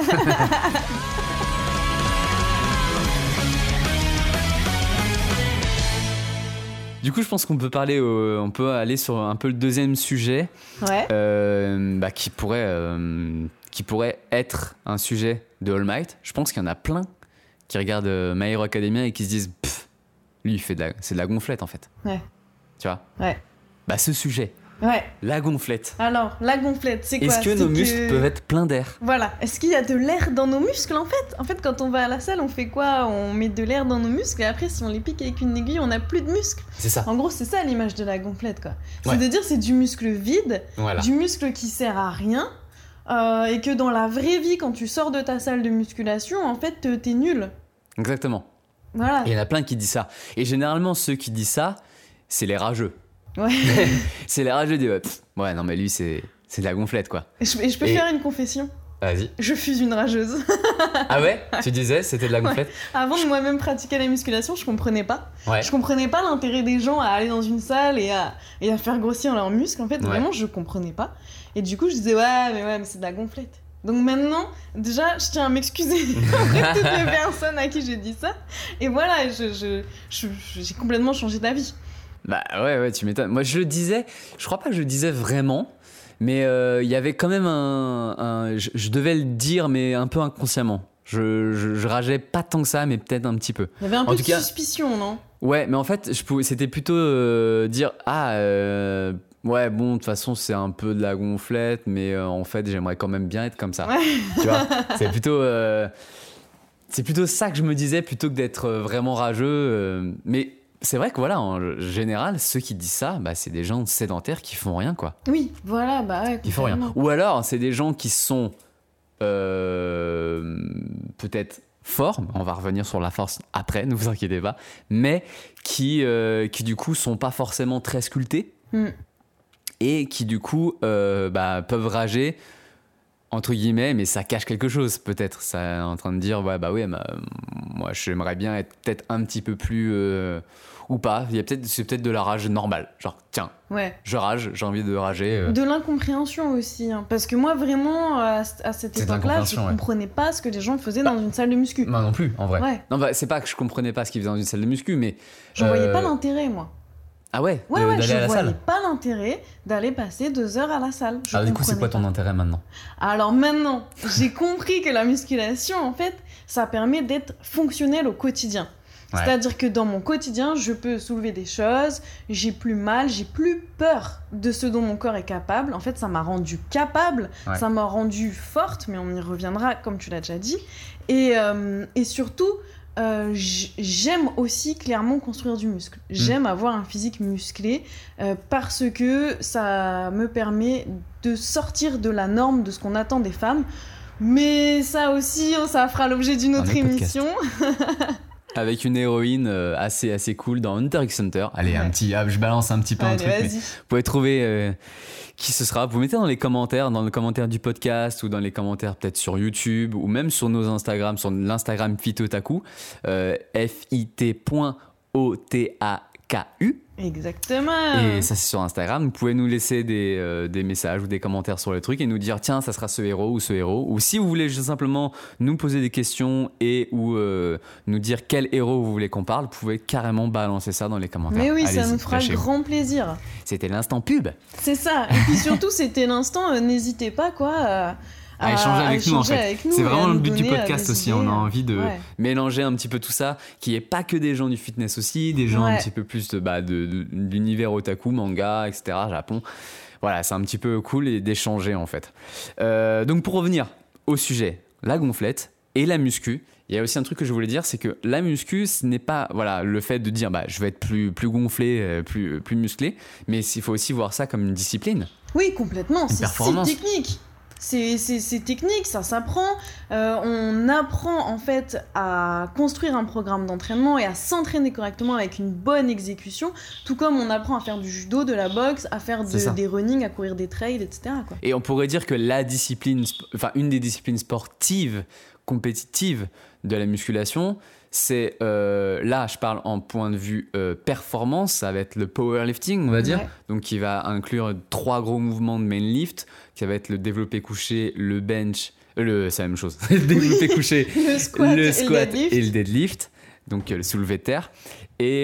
Du coup, je pense qu'on peut parler, au, on peut aller sur un peu le deuxième sujet, ouais. euh, bah, qui pourrait, euh, qui pourrait être un sujet de All Might. Je pense qu'il y en a plein qui regardent euh, My Hero Academia et qui se disent, pff, lui, il fait de la, c'est de la gonflette en fait. Ouais. Tu vois. Ouais. Bah, ce sujet. Ouais. La gonflette. Alors, la gonflette, c'est quoi ? Est-ce que c'est nos que... muscles peuvent être pleins d'air ? Voilà. Est-ce qu'il y a de l'air dans nos muscles en fait ? En fait, quand on va à la salle, on fait quoi ? On met de l'air dans nos muscles et après, si on les pique avec une aiguille, on n'a plus de muscles. C'est ça. En gros, c'est ça l'image de la gonflette, quoi. Ouais. C'est de dire c'est du muscle vide, voilà. du muscle qui sert à rien, euh, et que dans la vraie vie, quand tu sors de ta salle de musculation, en fait, t'es nul. Exactement. Voilà. Et il y en a plein qui disent ça. Et généralement, ceux qui disent ça, c'est les rageux. Ouais. c'est les rageux de pff, ouais, non, mais lui, c'est, c'est de la gonflette, quoi. Et je, et je peux et... faire une confession ? Vas-y. Je fus une rageuse. Ah ouais ? Tu disais, c'était de la gonflette ? Ouais. Avant de moi-même pratiquer la musculation, je comprenais pas. Ouais. Je comprenais pas l'intérêt des gens à aller dans une salle et à, et à faire grossir leurs muscles. En fait, ouais. vraiment, je comprenais pas. Et du coup, je disais, ouais, mais ouais, mais c'est de la gonflette. Donc maintenant, déjà, je tiens à m'excuser auprès de toutes les personnes à qui j'ai dit ça. Et voilà, je, je, je, j'ai complètement changé d'avis. Bah ouais, ouais, tu m'étonnes. Moi, je le disais, je crois pas que je le disais vraiment, mais il euh, y avait quand même un... un je, je devais le dire, mais un peu inconsciemment. Je, je, je rageais pas tant que ça, mais peut-être un petit peu. Il y avait un peu en de cas, suspicion, non ? Ouais, mais en fait, je pouvais, c'était plutôt euh, dire, ah... Euh, ouais, bon, de toute façon, c'est un peu de la gonflette, mais euh, en fait, j'aimerais quand même bien être comme ça. Ouais. Tu vois, c'est plutôt, euh, c'est plutôt ça que je me disais, plutôt que d'être vraiment rageux. Euh, mais c'est vrai que voilà, en général, ceux qui disent ça, bah, c'est des gens sédentaires qui font rien, quoi. Oui, voilà, bah ouais. Qui font rien. Ou alors, c'est des gens qui sont euh, peut-être forts, on va revenir sur la force après, ne vous inquiétez pas, mais qui, euh, qui du coup, sont pas forcément très sculptés. Mm. Et qui du coup euh, bah, peuvent rager entre guillemets, mais ça cache quelque chose peut-être. Ça est en train de dire, ouais, bah oui, bah, moi j'aimerais bien être peut-être un petit peu plus... Euh, ou pas, il y a peut-être, c'est peut-être de la rage normale. Genre, tiens, Ouais. je rage, j'ai envie de rager. Euh. De l'incompréhension aussi. Hein. Parce que moi, vraiment, à, à cette C'est de époque-là, je l'incompréhension, ouais. comprenais pas ce que les gens faisaient Bah, dans une salle de muscu. Moi non plus, en vrai. Ouais. Non, bah, c'est pas que je comprenais pas ce qu'ils faisaient dans une salle de muscu, mais... J'en euh, voyais pas l'intérêt, moi. Ah ouais, Ouais, de- ouais, d'aller je à la voyais salle. pas l'intérêt d'aller passer deux heures à la salle. Je Ah, du coup, c'est comprenais quoi ton pas. intérêt maintenant? Alors maintenant, j'ai compris que la musculation, en fait, ça permet d'être fonctionnel au quotidien. Ouais. C'est-à-dire que dans mon quotidien, je peux soulever des choses, j'ai plus mal, j'ai plus peur de ce dont mon corps est capable. En fait, ça m'a rendue capable, Ouais. ça m'a rendue forte, mais on y reviendra, comme tu l'as déjà dit. Et, euh, et surtout, euh, j- j'aime aussi clairement construire du muscle. J'aime avoir un physique musclé euh, parce que ça me permet de sortir de la norme de ce qu'on attend des femmes. Mais ça aussi, ça fera l'objet d'une autre Un autre podcast. émission. Avec une héroïne euh, assez, assez cool dans Hunter x Hunter. Allez, Ouais. un petit, ah, je balance un petit peu un Allez, truc, mais vas-y. vous pouvez trouver euh, qui ce sera. Vous mettez dans les commentaires, dans le commentaire du podcast ou dans les commentaires peut-être sur YouTube ou même sur nos Instagram, sur l'Instagram Fitotaku, euh, F I T point O T A K U. Exactement. Et ça, c'est sur Instagram. Vous pouvez nous laisser des, euh, des messages ou des commentaires sur le truc et nous dire tiens, ça sera ce héros ou ce héros. Ou si vous voulez juste simplement nous poser des questions et ou euh, nous dire quel héros vous voulez qu'on parle, vous pouvez carrément balancer ça dans les commentaires. Mais oui, ça Allez-y, nous fera lâchez-vous. grand plaisir. C'était l'instant pub. C'est ça. Et puis surtout, c'était l'instant, euh, n'hésitez pas quoi à, À échanger avec nous, en échanger fait. avec nous C'est et à vraiment le nous but du donner, euh, podcast des aussi. idées. On a envie de Ouais. mélanger un petit peu tout ça, qui est pas que des gens du fitness aussi, des gens Ouais. un petit peu plus de, bah, de, de- de l'univers otaku, manga, et cetera, Japon. Voilà, c'est un petit peu cool et d'échanger en fait. Euh, donc pour revenir au sujet, la gonflette et la muscu, il y a aussi un truc que je voulais dire, c'est que la muscu, ce n'est pas voilà, le fait de dire bah, je vais être plus, plus gonflé, euh, plus, plus musclé, mais il faut aussi voir ça comme une discipline. Oui, complètement. C'est c'est performance. technique. C'est c'est- c'est technique, ça s'apprend. Euh, on apprend en fait à construire un programme d'entraînement et à s'entraîner correctement avec une bonne exécution, tout comme on apprend à faire du judo, de la boxe, à faire C'est ça. de, des running, à courir des trails, et cetera. Quoi. Et on pourrait dire que la discipline, sp- enfin une des disciplines sportives compétitives de la musculation, c'est euh, là, je parle en point de vue euh, performance, ça va être le powerlifting, on va dire, Ouais. donc qui va inclure trois gros mouvements de main lift, qui va être le développé couché, le bench, euh, le, c'est la même chose, le développé couché, Le squat, le et squat le deadlift. et le deadlift, donc euh, le soulevé de terre. Et,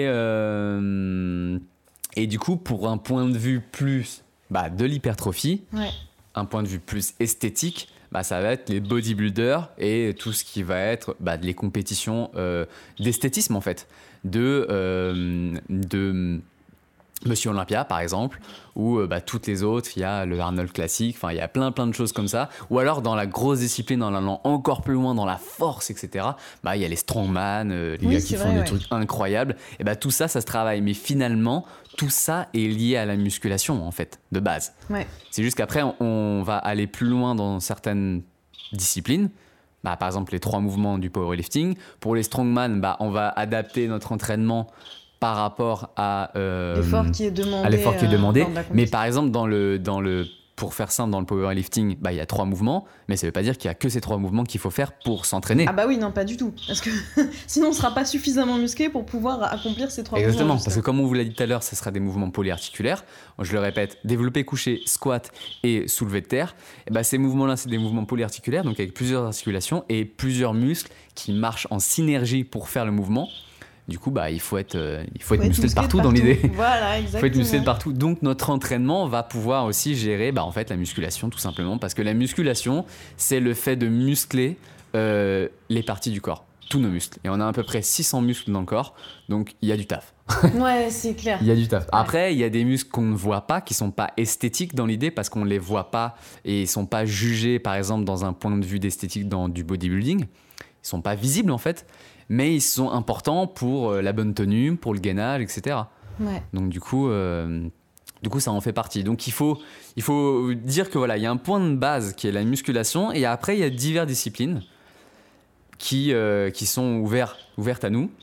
euh, et du coup, pour un point de vue plus bah, de l'hypertrophie, Ouais. un point de vue plus esthétique, bah, ça va être les bodybuilders et tout ce qui va être bah, les compétitions euh, d'esthétisme en fait, de, euh, de Monsieur Olympia par exemple, ou euh, bah, toutes les autres, il y a le Arnold classique, enfin il y a plein plein de choses comme ça, ou alors dans la grosse discipline, en allant encore plus loin dans la force, et cetera, bah, il y a les strongman, euh, les Oui, gars qui c'est font vrai, des ouais. trucs incroyables, et bah, tout ça, ça se travaille, mais finalement, tout ça est lié à la musculation en fait, de base. Ouais. C'est juste qu'après, on, on va aller plus loin dans certaines disciplines. Bah, par exemple, les trois mouvements du powerlifting. Pour les strongman, bah, on va adapter notre entraînement par rapport à, euh, L'effort qui est demandé. à l'effort qui est euh, demandé. lors de la Mais compétition. par exemple, dans le, dans le, pour faire simple, dans le powerlifting, bah, il y a trois mouvements. Mais ça ne veut pas dire qu'il n'y a que ces trois mouvements qu'il faut faire pour s'entraîner. Ah bah oui, non, pas du tout. Parce que sinon, on sera pas suffisamment musclé pour pouvoir accomplir ces trois Exactement, mouvements. parce que comme on vous l'a dit tout à l'heure, ce sera des mouvements polyarticulaires. Je le répète, développé couché, squat et soulevé de terre. Et ben, ces mouvements-là, c'est des mouvements polyarticulaires, donc avec plusieurs articulations et plusieurs muscles qui marchent en synergie pour faire le mouvement. Du coup, bah, il faut être, euh, il faut être Faut musclé de partout, dans l'idée. Voilà, Il exactement. faut être musclé de partout. Donc notre entraînement va pouvoir aussi gérer bah, en fait, la musculation, tout simplement. Parce que la musculation, c'est le fait de muscler euh, les parties du corps, tous nos muscles. Et on a à peu près six cents muscles dans le corps, donc il y a du taf. Ouais, c'est clair. Il y a du taf. Après, il y a des muscles qu'on ne voit pas, qui sont pas esthétiques dans l'idée, parce qu'on les voit pas et ils sont pas jugés, par exemple, dans un point de vue d'esthétique dans du bodybuilding. Ils sont pas visibles en fait, mais ils sont importants pour euh, la bonne tenue, pour le gainage, et cetera. Ouais. Donc du coup, euh, du coup, ça en fait partie. Donc il faut, il faut dire que voilà, il y a un point de base qui est la musculation, et après il y a diverses disciplines qui, euh, qui sont ouvertes, ouvertes à nous.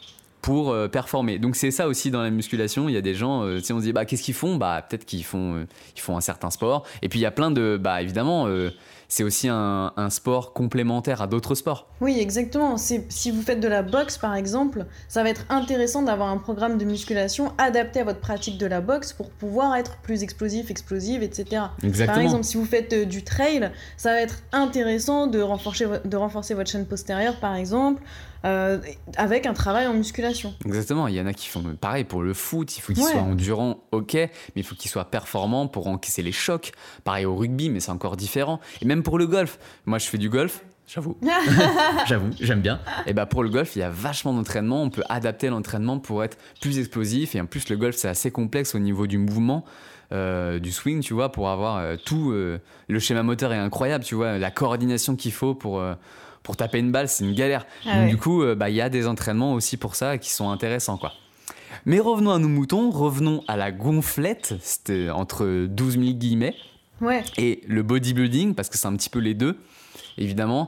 pour euh, performer. Donc c'est ça aussi dans la musculation, il y a des gens, euh, si on se dit bah qu'est-ce qu'ils font, bah peut-être qu'ils font, euh, ils font un certain sport. Et puis il y a plein de, bah évidemment, euh, c'est aussi un, un sport complémentaire à d'autres sports. Oui, exactement. C'est, si vous faites de la boxe, par exemple, ça va être intéressant d'avoir un programme de musculation adapté à votre pratique de la boxe pour pouvoir être plus explosif, explosive, et cetera. Exactement. Par exemple, si vous faites euh, du trail, ça va être intéressant de renforcer, vo- de renforcer votre chaîne postérieure, par exemple, euh, avec un travail en musculation. Exactement, il y en a qui font pareil pour le foot, il faut qu'ils Ouais. soient endurants, ok, mais il faut qu'ils soient performants pour encaisser les chocs. Pareil au rugby, mais c'est encore différent. Et même pour le golf, moi je fais du golf, j'avoue, j'avoue, j'aime bien. Et bah pour le golf, il y a vachement d'entraînement, on peut adapter l'entraînement pour être plus explosif. Et en plus, le golf, c'est assez complexe au niveau du mouvement. Euh, du swing, tu vois, pour avoir euh, tout. Euh, le schéma moteur est incroyable, tu vois, la coordination qu'il faut pour, euh, pour taper une balle, c'est une galère. Ah Donc, ouais. du coup, euh, bah, il y a des entraînements aussi pour ça qui sont intéressants, quoi. Mais revenons à nos moutons, revenons à la gonflette, c'était entre douze mille guillemets, Ouais. et le bodybuilding, parce que c'est un petit peu les deux, évidemment.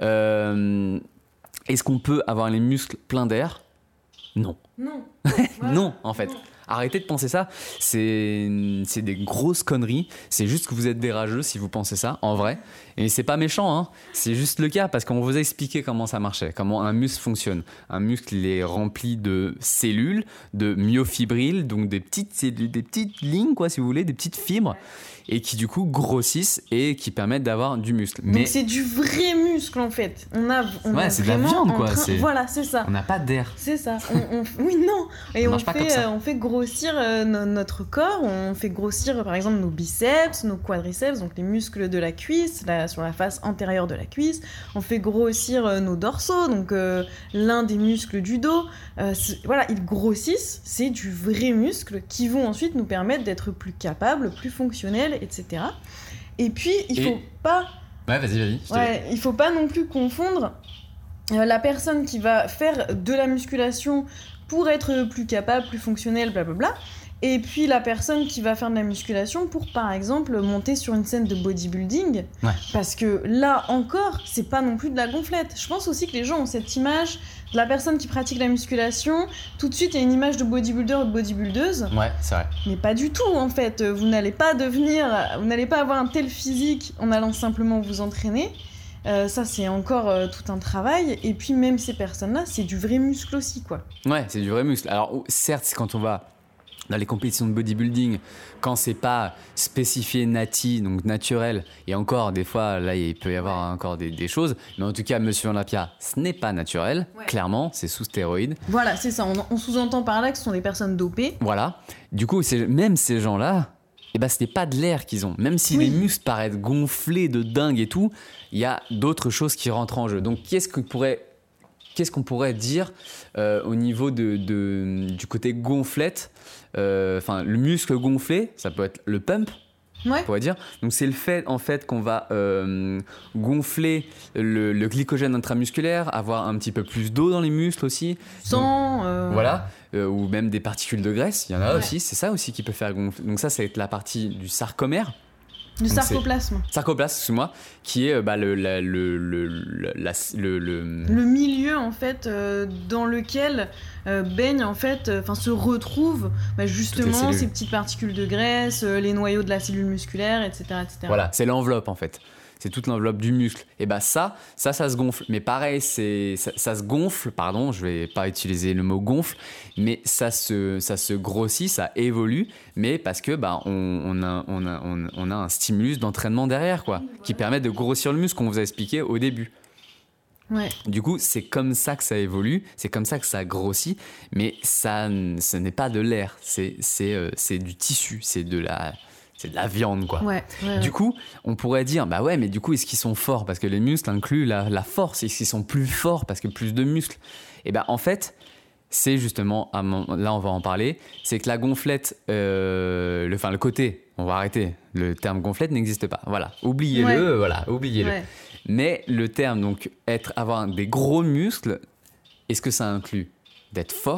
Euh, est-ce qu'on peut avoir les muscles pleins d'air ? Non. Non. Non, en fait. Arrêtez de penser ça, c'est, c'est des grosses conneries, c'est juste que vous êtes des rageux si vous pensez ça, en vrai. Et c'est pas méchant, hein. C'est juste le cas, parce qu'on vous a expliqué comment ça marchait, comment un muscle fonctionne. Un muscle, il est rempli de cellules, de myofibrilles, donc des petites, cellules, des petites lignes, quoi, si vous voulez, des petites fibres, et qui du coup grossissent et qui permettent d'avoir du muscle. Donc Mais c'est du vrai muscle en fait. On a, on Ouais, a c'est de la vraiment viande, en quoi, train- c'est- Voilà, c'est ça. on n'a pas d'air. C'est ça. On, on- Oui, non. Et On on, marche pas comme fait, ça. euh, on fait grossir euh, no- notre corps. On fait grossir, euh, par exemple, nos biceps, nos quadriceps, donc les muscles de la cuisse, là, sur la face antérieure de la cuisse. On fait grossir euh, nos dorsaux, donc euh, l'un des muscles du dos. Euh, c'est- voilà, ils grossissent. C'est du vrai muscle qui vont ensuite nous permettre d'être plus capables, plus fonctionnels, et cetera. Et puis, il Et- faut pas... Ouais, vas-y, vas-y. je te Ouais, il faut pas non plus confondre euh, la personne qui va faire de la musculation pour être plus capable, plus fonctionnelle, blablabla, et puis la personne qui va faire de la musculation pour, par exemple, monter sur une scène de bodybuilding. Ouais. Parce que là encore, c'est pas non plus de la gonflette. Je pense aussi que les gens ont cette image de la personne qui pratique la musculation. Tout de suite, il y a une image de bodybuilder ou de bodybuildeuse. Ouais, c'est vrai. Mais pas du tout en fait, vous n'allez pas devenir, vous n'allez pas avoir un tel physique en allant simplement vous entraîner. Euh, ça c'est encore euh, tout un travail. Et puis même ces personnes-là, c'est du vrai muscle aussi quoi. Ouais, c'est du vrai muscle. Alors, oh, certes, c'est quand on va dans les compétitions de bodybuilding, quand c'est pas spécifié nati, donc naturel, et encore, des fois, là, il peut y avoir encore des, des choses, mais en tout cas, Monsieur Olympia, ce n'est pas naturel, Ouais. clairement, c'est sous stéroïdes. Voilà, c'est ça, on, on sous-entend par là que ce sont des personnes dopées. Voilà. Du coup, c'est, même ces gens-là, eh ben, ce n'est pas de l'air qu'ils ont. Même si Oui. les muscles paraissent gonflés de dingue et tout, il y a d'autres choses qui rentrent en jeu. Donc, qu'est-ce que pourrait... Qu'est-ce qu'on pourrait dire euh, au niveau de, de- du côté gonflette, euh, enfin le muscle gonflé, ça peut être le pump, Ouais. on pourrait dire. Donc c'est le fait en fait qu'on va euh, gonfler le, le glycogène intramusculaire, avoir un petit peu plus d'eau dans les muscles aussi. Sang. euh, Voilà, euh, ou même des particules de graisse, il y en a Ouais. aussi, c'est ça aussi qui peut faire gonfler. Donc ça, c'est la partie du sarcomère. Du Donc, sarcoplasme. Sarcoplasme, excuse-moi, qui est euh, bah, le, la- le, le, le, la- le- le- Le milieu en fait euh, dans lequel euh, baignent en fait, enfin se retrouvent bah, justement cellules. ces petites particules de graisse, euh, les noyaux de la cellule musculaire, et cetera, et cetera. Voilà, c'est l'enveloppe en fait. C'est toute l'enveloppe du muscle. Et bah ça, ça, ça se gonfle. Mais pareil, c'est, ça, ça se gonfle, pardon, je vais pas utiliser le mot gonfle, mais ça se, ça se grossit, ça évolue, mais parce que bah, on, on, a, on, a, on, on a un stimulus d'entraînement derrière, quoi, qui permet de grossir le muscle qu'on vous a expliqué au début. Ouais. Du coup, c'est comme ça que ça évolue, c'est comme ça que ça grossit, mais ça, ce n'est pas de l'air, c'est, c'est, euh, c'est du tissu, c'est de la... C'est de la viande, quoi. Ouais, ouais, Du ouais. coup, on pourrait dire, bah ouais, mais du coup, est-ce qu'ils sont forts ? Parce que les muscles incluent la, la force. Est-ce qu'ils sont plus forts parce que plus de muscles ? Et ben en fait, c'est justement, à mon- là on va en parler, c'est que la gonflette, euh, le, enfin le côté, on va arrêter, le terme gonflette n'existe pas. Voilà, oubliez-le, Ouais. voilà, oubliez-le. Ouais. Mais le terme, donc, être, avoir des gros muscles, est-ce que ça inclut d'être fort ?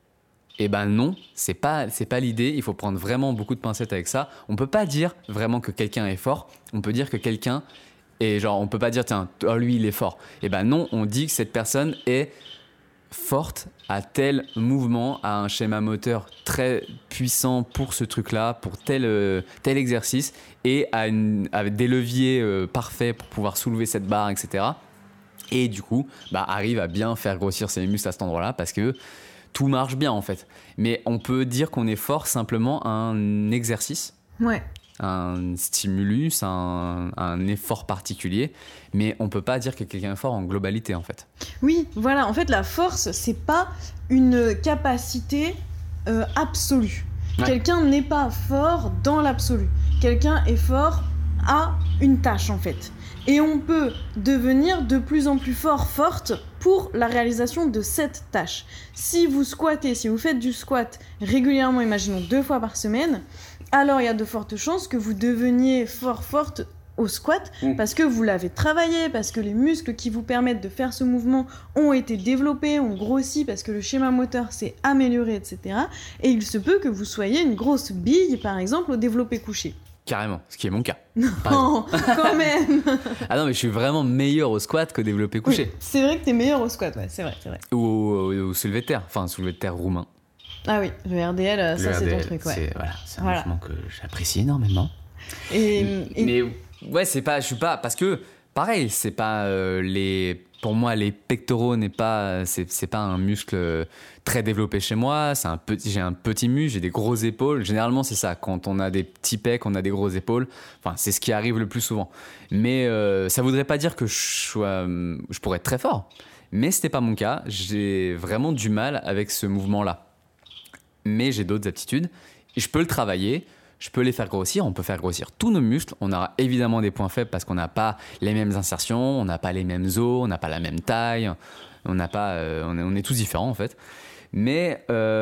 Eh ben non, c'est pas, c'est pas l'idée. Il faut prendre vraiment beaucoup de pincettes avec ça. On peut pas dire vraiment que quelqu'un est fort. On peut dire que quelqu'un est genre, on peut pas dire tiens, oh, lui il est fort. Eh ben non, on dit que cette personne est forte à tel mouvement, à un schéma moteur très puissant pour ce truc-là, pour tel, euh, tel exercice, et à, une, à des leviers euh, parfaits pour pouvoir soulever cette barre, et cetera. Et du coup, bah, arrive à bien faire grossir ses muscles à cet endroit-là parce que tout marche bien en fait. Mais on peut dire qu'on est fort simplement à un exercice. Ouais. Un stimulus, un, un effort particulier, mais on peut pas dire que quelqu'un est fort en globalité en fait. Oui, voilà, en fait la force, c'est pas une capacité euh, absolue. Ouais. Quelqu'un n'est pas fort dans l'absolu. Quelqu'un est fort à une tâche en fait. Et on peut devenir de plus en plus fort, forte pour la réalisation de cette tâche. Si vous squattez, si vous faites du squat régulièrement, imaginons deux fois par semaine, alors il y a de fortes chances que vous deveniez fort, forte au squat mmh. parce que vous l'avez travaillé, parce que les muscles qui vous permettent de faire ce mouvement ont été développés, ont grossi, parce que le schéma moteur s'est amélioré, et cetera. Et il se peut que vous soyez une grosse bille, par exemple, au développé couché. Carrément, ce qui est mon cas. Non, quand même. Ah non, mais je suis vraiment meilleur au squat qu'au développé couché. Oui, c'est vrai que t'es meilleur au squat, ouais, c'est vrai, c'est vrai. Ou au, au, au soulevé de terre, enfin soulevé de terre roumain. Ah oui, le R D L, le ça R D L, c'est ton truc, ouais. C'est, voilà, c'est un voilà. mouvement que j'apprécie énormément. Et, et... Mais ouais, c'est pas, je suis pas, parce que pareil, c'est pas euh, les, pour moi les pectoraux n'est pas, c'est, c'est pas un muscle très développé chez moi. C'est un petit, j'ai un petit muscle, j'ai des grosses épaules. Généralement c'est ça, quand on a des petits pecs, on a des grosses épaules. Enfin, c'est ce qui arrive le plus souvent. Mais euh, ça voudrait pas dire que je sois, je pourrais être très fort. Mais c'était pas mon cas. J'ai vraiment du mal avec ce mouvement-là. Mais j'ai d'autres aptitudes et je peux le travailler, je peux les faire grossir, on peut faire grossir tous nos muscles. On aura évidemment des points faibles parce qu'on n'a pas les mêmes insertions, on n'a pas les mêmes os, on n'a pas la même taille, on n'a pas, euh, on, est, on est tous différents en fait. Mais,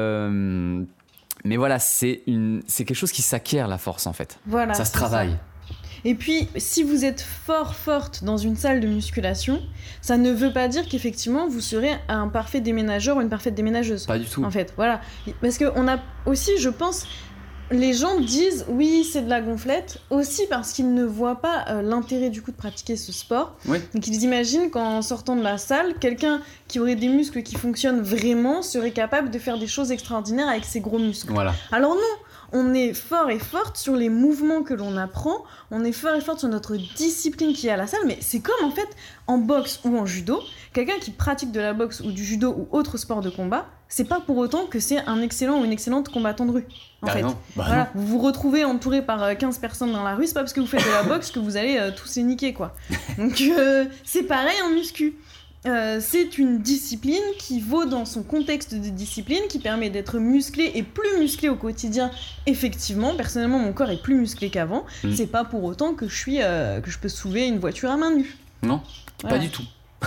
euh, mais voilà, c'est, une, c'est quelque chose qui s'acquiert la force en fait. Voilà, ça se travaille. Ça. Et puis, si vous êtes fort, forte dans une salle de musculation, ça ne veut pas dire qu'effectivement, vous serez un parfait déménageur ou une parfaite déménageuse. Pas du tout. En fait, voilà. Parce qu'on a aussi, je pense, les gens disent, oui, c'est de la gonflette, aussi parce qu'ils ne voient pas euh, l'intérêt du coup de pratiquer ce sport. Oui. Donc, ils imaginent qu'en sortant de la salle, quelqu'un qui aurait des muscles qui fonctionnent vraiment serait capable de faire des choses extraordinaires avec ses gros muscles. Voilà. Alors non, on est fort et forte sur les mouvements que l'on apprend, on est fort et forte sur notre discipline qui est à la salle, mais c'est comme en fait en boxe ou en judo, quelqu'un qui pratique de la boxe ou du judo ou autre sport de combat, c'est pas pour autant que c'est un excellent ou une excellente combattant de rue. En bah fait. Non, bah voilà, non. vous vous retrouvez entouré par quinze personnes dans la rue, c'est pas parce que vous faites de la boxe que vous allez euh, tous les niquer, quoi. Donc euh, c'est pareil en muscu. Euh, c'est une discipline qui vaut dans son contexte de discipline, qui permet d'être musclé et plus musclé au quotidien. Effectivement, personnellement, mon corps est plus musclé qu'avant. Mmh. C'est pas pour autant que je suis, euh, que je peux soulever une voiture à main nue. Non, voilà. Pas du tout.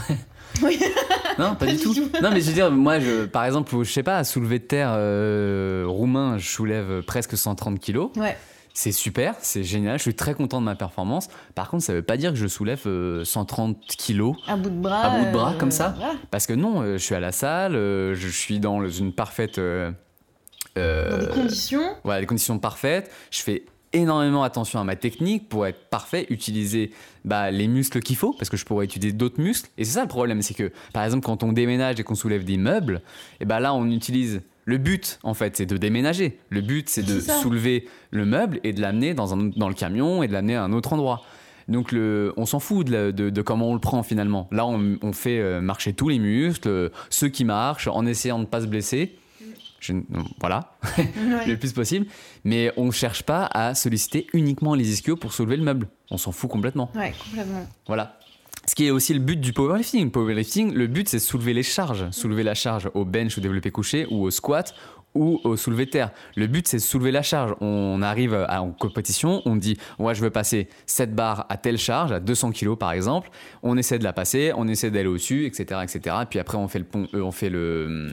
Oui. Non, pas, pas du, du tout. tout. Non, mais je veux dire, moi, je, par exemple, je sais pas, à soulever de terre euh, roumain, je soulève presque cent trente kilos. Ouais. C'est super, c'est génial, je suis très content de ma performance. Par contre, ça veut pas dire que je soulève euh, cent trente kilos à bout de bras, à bout de bras euh, comme ça. Voilà. Parce que non, euh, je suis à la salle, euh, je suis dans une parfaite... Euh, dans des conditions. Voilà, des conditions parfaites. Je fais énormément attention à ma technique pour être parfait, utiliser bah, les muscles qu'il faut, parce que je pourrais utiliser d'autres muscles. Et c'est ça le problème, c'est que, par exemple, quand on déménage et qu'on soulève des meubles, et bah là, on utilise... Le but, en fait, c'est de déménager. Le but, c'est de c'est soulever le meuble et de l'amener dans, un, dans le camion et de l'amener à un autre endroit. Donc, le, on s'en fout de, de, de comment on le prend, finalement. Là, on, on fait marcher tous les muscles, ceux qui marchent, en essayant de ne pas se blesser. Je, voilà, ouais. Le plus possible. Mais on ne cherche pas à solliciter uniquement les ischios pour soulever le meuble. On s'en fout complètement. Ouais, complètement. Voilà. Ce qui est aussi le but du powerlifting. Powerlifting, le but, c'est de soulever les charges. Soulever la charge au bench, au développé couché, ou au squat, ou au soulevé de terre. Le but, c'est de soulever la charge. On arrive à, en compétition, on dit « Ouais, je veux passer cette barre à telle charge, à deux cents kilos par exemple. » On essaie de la passer, on essaie d'aller au-dessus, et cetera, et cetera. Puis après, on fait le... Pont, euh, on fait le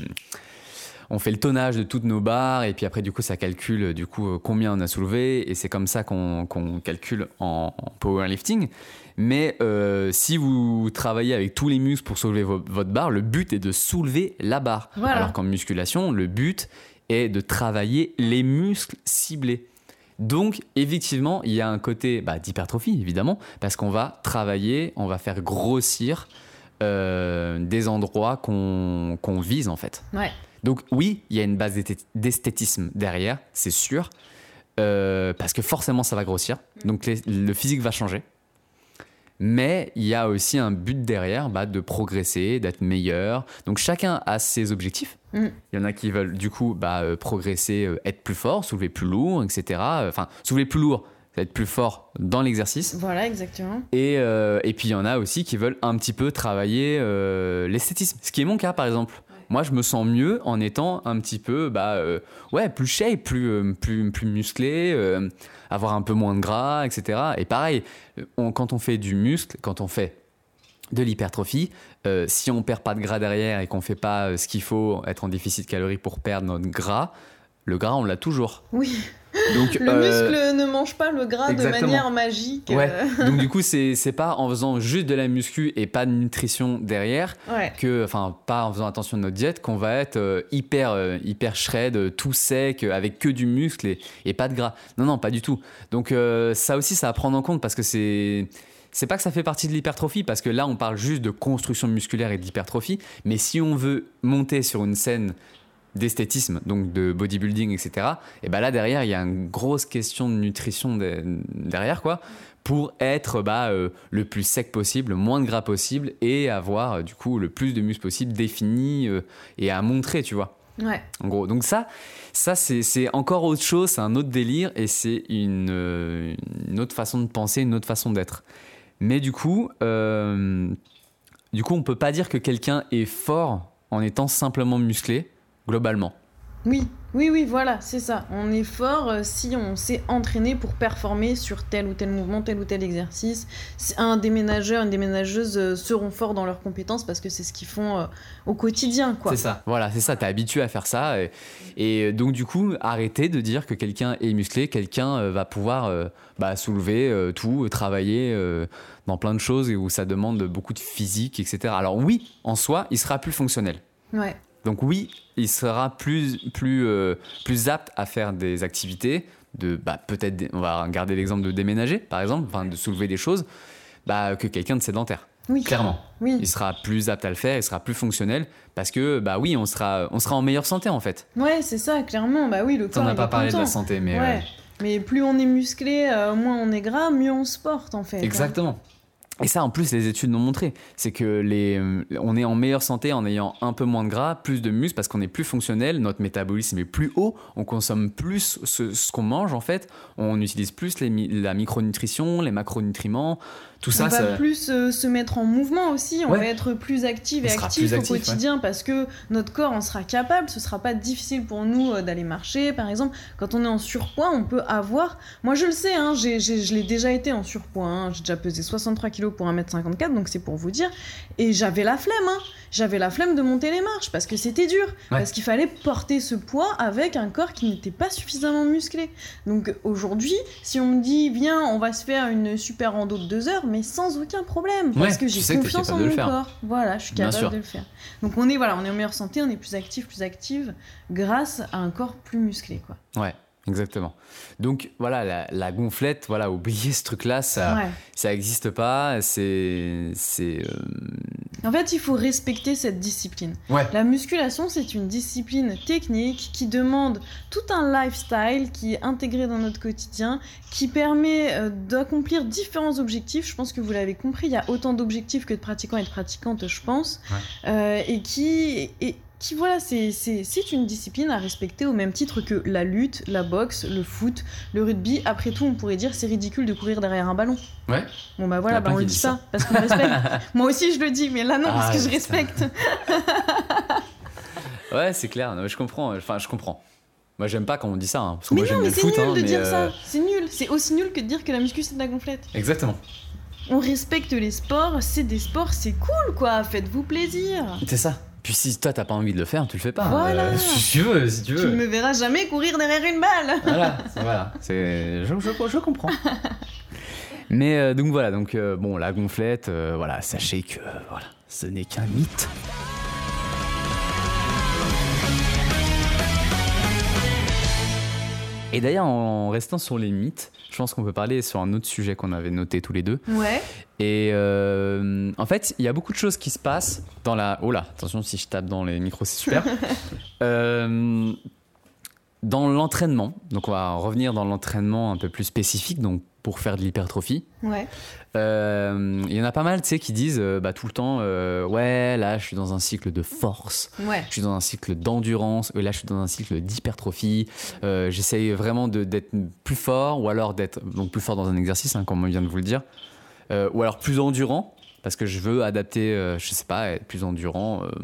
On fait le tonnage de toutes nos barres et puis après du coup ça calcule du coup combien on a soulevé et c'est comme ça qu'on, qu'on calcule en, en powerlifting. Mais euh, si vous travaillez avec tous les muscles pour soulever vo- votre barre, le but est de soulever la barre. Voilà. Alors qu'en musculation, le but est de travailler les muscles ciblés. Donc effectivement, il y a un côté bah, d'hypertrophie évidemment parce qu'on va travailler, on va faire grossir euh, des endroits qu'on, qu'on vise en fait. Ouais. Donc oui, il y a une base d'esthétisme derrière, c'est sûr, euh, parce que forcément ça va grossir, donc les, le physique va changer. Mais il y a aussi un but derrière, bah, de progresser, d'être meilleur. Donc chacun a ses objectifs. Mm. Il y en a qui veulent du coup bah, euh, progresser, euh, être plus fort, soulever plus lourd, et cetera. Enfin, soulever plus lourd, c'est être plus fort dans l'exercice. Voilà, exactement. Et, euh, et puis il y en a aussi qui veulent un petit peu travailler euh, l'esthétisme. Ce qui est mon cas par exemple. Moi, je me sens mieux en étant un petit peu bah, euh, ouais, plus shape, plus, euh, plus, plus musclé, euh, avoir un peu moins de gras, et cetera. Et pareil, on, quand on fait du muscle, quand on fait de l'hypertrophie, euh, si on ne perd pas de gras derrière et qu'on ne fait pas euh, ce qu'il faut, être en déficit calorique pour perdre notre gras, le gras, on l'a toujours. Oui. Donc, le euh, muscle ne mange pas le gras exactement. De manière magique. Ouais. Donc du coup, c'est c'est pas en faisant juste de la muscu et pas de nutrition derrière, ouais. que, enfin, pas en faisant attention à notre diète, qu'on va être euh, hyper euh, hyper shred, tout sec, avec que du muscle et, et pas de gras. Non, non, pas du tout. Donc euh, ça aussi, ça à prendre en compte parce que c'est c'est pas que ça fait partie de l'hypertrophie, parce que là, on parle juste de construction musculaire et d'hypertrophie. Mais si on veut monter sur une scène d'esthétisme, donc de bodybuilding, et cetera. Et ben là derrière, il y a une grosse question de nutrition de, derrière, quoi, pour être bah, euh, le plus sec possible, le moins de gras possible et avoir euh, du coup le plus de muscles possible définis euh, et à montrer, tu vois. Ouais. En gros, donc ça, ça c'est, c'est encore autre chose, c'est un autre délire et c'est une, euh, une autre façon de penser, une autre façon d'être. Mais du coup, euh, du coup, on peut pas dire que quelqu'un est fort en étant simplement musclé. Globalement. Oui, oui, oui, voilà, c'est ça. On est fort euh, si on s'est entraîné pour performer sur tel ou tel mouvement, tel ou tel exercice. Un déménageur, une déménageuse euh, seront forts dans leurs compétences parce que c'est ce qu'ils font euh, au quotidien, quoi. C'est ça, voilà, c'est ça, t'es habitué à faire ça. Et, et donc du coup, arrêtez de dire que quelqu'un est musclé, quelqu'un euh, va pouvoir euh, bah, soulever euh, tout, euh, travailler euh, dans plein de choses où ça demande beaucoup de physique, et cetera. Alors oui, en soi, il sera plus fonctionnel. Ouais. Donc oui, il sera plus, plus, euh, plus apte à faire des activités, de, bah, peut-être, on va garder l'exemple de déménager, par exemple, enfin, de soulever des choses, bah, que quelqu'un de sédentaire. Oui, clairement. Oui. Il sera plus apte à le faire, il sera plus fonctionnel, parce que, bah oui, on sera, on sera en meilleure santé, en fait. Ouais, c'est ça, clairement. Bah oui, le corps, on n'a pas parlé content. de la santé, mais... Ouais. Euh... Mais plus on est musclé, euh, moins on est gras, mieux on se porte, en fait. Exactement. Hein. Et ça, en plus, les études l'ont montré. C'est que les, on est en meilleure santé en ayant un peu moins de gras, plus de muscles, parce qu'on est plus fonctionnel, notre métabolisme est plus haut, on consomme plus ce, ce qu'on mange, en fait. On utilise plus les, la micronutrition, les macronutriments, tout ça. On va ça... plus euh, se mettre en mouvement aussi, on ouais. va être plus actif et actif au quotidien ouais. parce que notre corps en sera capable, ce sera pas difficile pour nous euh, d'aller marcher, par exemple. Quand on est en surpoids, on peut avoir... Moi, je le sais, hein, j'ai, j'ai, je l'ai déjà été en surpoids, hein. J'ai déjà pesé soixante-trois kilos pour un mètre cinquante-quatre, donc c'est pour vous dire. Et j'avais la flemme, hein. J'avais la flemme de monter les marches parce que c'était dur, ouais. parce qu'il fallait porter ce poids avec un corps qui n'était pas suffisamment musclé. Donc aujourd'hui, si on me dit, viens, on va se faire une super rando de deux heures, mais sans aucun problème, parce ouais, que j'ai confiance en mon corps. Voilà, je suis capable de le faire. Donc on est, voilà, on est en meilleure santé, on est plus actif, plus active, grâce à un corps plus musclé, quoi. Ouais. Exactement. Donc voilà, la, la gonflette, voilà, oubliez ce truc-là, ça, ouais. ça existe pas. C'est, c'est. Euh... En fait, il faut respecter cette discipline. Ouais. La musculation, c'est une discipline technique qui demande tout un lifestyle qui est intégré dans notre quotidien, qui permet euh, d'accomplir différents objectifs. Je pense que vous l'avez compris, il y a autant d'objectifs que de pratiquants et de pratiquantes, je pense, ouais. euh, et qui et, qui voilà, c'est, c'est, c'est une discipline à respecter au même titre que la lutte, la boxe, le foot, le rugby. Après tout, on pourrait dire c'est ridicule de courir derrière un ballon. Ouais. Bon bah voilà, bah on le dit ça, ça parce qu'on respecte. Moi aussi je le dis, mais là non, ah, parce que je respecte. Ouais, c'est clair, non, je comprends, enfin je comprends. Moi j'aime pas quand on dit ça, hein, parce que mais moi non, j'aime mais bien le foot. C'est nul hein, de mais dire euh... ça, c'est nul. C'est aussi nul que de dire que la muscu c'est de la gonflette. Exactement. On respecte les sports, c'est des sports, c'est cool quoi, faites-vous plaisir. C'est ça. Puis si toi t'as pas envie de le faire, tu le fais pas. Voilà. Euh, si tu veux, si tu veux. Tu ne me verras jamais courir derrière une balle. Voilà, c'est, voilà. C'est, je, je, je comprends. Mais euh, donc voilà, donc euh, bon, la gonflette, euh, voilà, sachez que euh, voilà, ce n'est qu'un mythe. Et d'ailleurs, en restant sur les mythes, je pense qu'on peut parler sur un autre sujet qu'on avait noté tous les deux. Ouais. Et euh, en fait, il y a beaucoup de choses qui se passent dans la... Oh là, attention, si je tape dans les micros, c'est super. euh, dans l'entraînement, donc on va revenir dans l'entraînement un peu plus spécifique, donc pour faire de l'hypertrophie. Ouais. Euh, il y en a pas mal, tu sais, qui disent euh, bah, tout le temps, euh, ouais, là, je suis dans un cycle de force, Ouais. je suis dans un cycle d'endurance, euh, là, je suis dans un cycle d'hypertrophie. Euh, j'essaye vraiment de, d'être plus fort, ou alors d'être donc plus fort dans un exercice, hein, comme on vient de vous le dire, euh, ou alors plus endurant, parce que je veux adapter, euh, je sais pas, être plus endurant euh,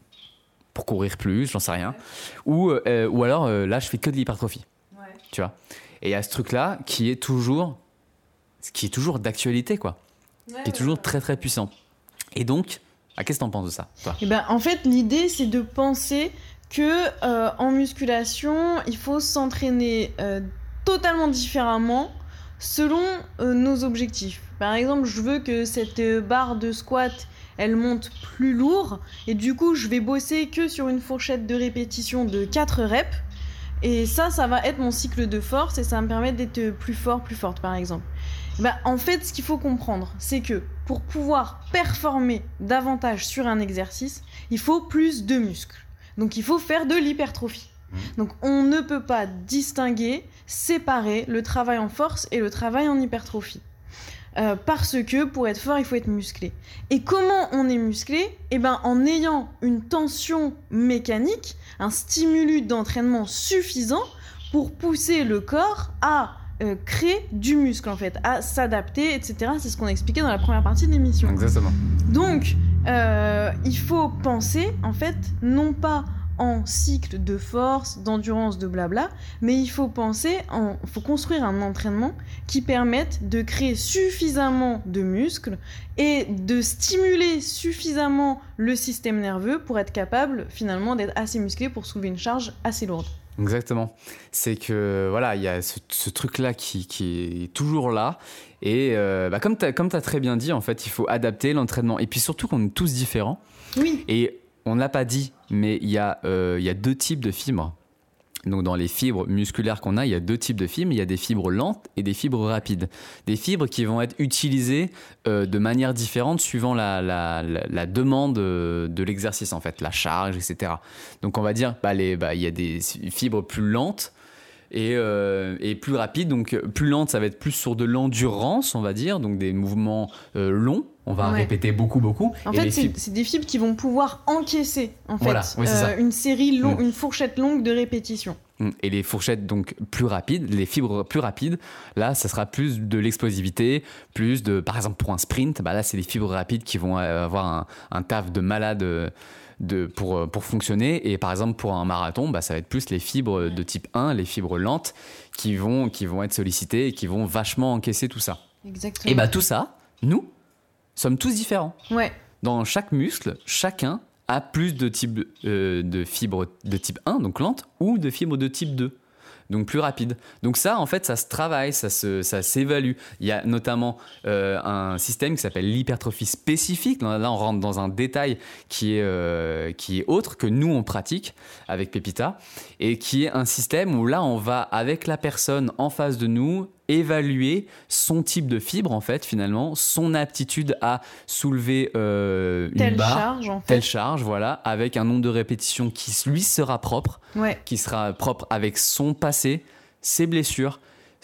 pour courir plus, j'en sais rien. Ou, euh, ou alors, euh, là, je fais que de l'hypertrophie, Ouais. tu vois. Et il y a ce truc-là qui est toujours... qui est toujours d'actualité, quoi, Ouais, qui est toujours ouais. très très puissant. Et donc, ah, qu'est-ce que t'en penses de ça, toi ? Eh ben, en fait, l'idée, c'est de penser que euh, en musculation, il faut s'entraîner euh, totalement différemment selon euh, nos objectifs. Par exemple, je veux que cette euh, barre de squat, elle monte plus lourd, et du coup, je vais bosser que sur une fourchette de répétition de quatre reps. Et ça, ça va être mon cycle de force et ça va me permettre d'être plus fort, plus forte, par exemple. Bah, en fait, ce qu'il faut comprendre, c'est que pour pouvoir performer davantage sur un exercice, il faut plus de muscles. Donc, il faut faire de l'hypertrophie. Mmh. Donc, on ne peut pas distinguer, séparer le travail en force et le travail en hypertrophie. Euh, parce que pour être fort, il faut être musclé. Et comment on est musclé ? Eh ben, en ayant une tension mécanique, un stimulus d'entraînement suffisant pour pousser le corps à euh, créer du muscle, en fait, à s'adapter, et cetera. C'est ce qu'on a expliqué dans la première partie de l'émission. Exactement. Donc, euh, il faut penser, en fait, non pas en cycle de force, d'endurance, de blabla, mais il faut penser, en, faut construire un entraînement qui permette de créer suffisamment de muscles et de stimuler suffisamment le système nerveux pour être capable finalement d'être assez musclé pour soulever une charge assez lourde. Exactement. C'est que voilà, il y a ce, ce truc-là qui, qui est toujours là. Et euh, bah, comme tu as comme t'as très bien dit, en fait, il faut adapter l'entraînement. Et puis surtout qu'on est tous différents. Oui. Et on ne l'a pas dit, mais il y a, euh, il y a deux types de fibres. Donc dans les fibres musculaires qu'on a, il y a deux types de fibres. Il y a des fibres lentes et des fibres rapides. Des fibres qui vont être utilisées euh, de manière différente suivant la, la, la, la demande de l'exercice, en fait, la charge, et cetera. Donc on va dire, bah, les, bah, il y a des fibres plus lentes et, euh, et plus rapides. Donc plus lentes, ça va être plus sur de l'endurance, on va dire, donc des mouvements euh, longs. On va ouais. répéter beaucoup, beaucoup. En et fait, c'est, fibres... c'est des fibres qui vont pouvoir encaisser en fait, voilà, oui, c'est euh, ça. une série long, mmh. une fourchette longue de répétitions. Et les fourchettes donc plus rapides, les fibres plus rapides, là, ça sera plus de l'explosivité, plus de, par exemple, pour un sprint, bah là, c'est les fibres rapides qui vont avoir un, un taf de malade de, pour, pour fonctionner. Et par exemple, pour un marathon, bah, ça va être plus les fibres de type un, les fibres lentes, qui vont, qui vont être sollicitées et qui vont vachement encaisser tout ça. Exactement. Et bah tout ça, nous, sommes tous différents. Ouais. Dans chaque muscle, chacun a plus de type euh, de fibres de type un, donc lente, ou de fibres de type deux, donc plus rapide. Donc ça, en fait, ça se travaille, ça, se, ça s'évalue. Il y a notamment euh, un système qui s'appelle l'hypertrophie spécifique. Là, on rentre dans un détail qui est, euh, qui est autre, que nous, on pratique avec Pepita, et qui est un système où là, on va, avec la personne en face de nous, évaluer son type de fibre, en fait, finalement, son aptitude à soulever euh, une telle barre, charge, en fait. telle charge, voilà, avec un nombre de répétitions qui, lui, sera propre, ouais. qui sera propre avec son passé, ses blessures,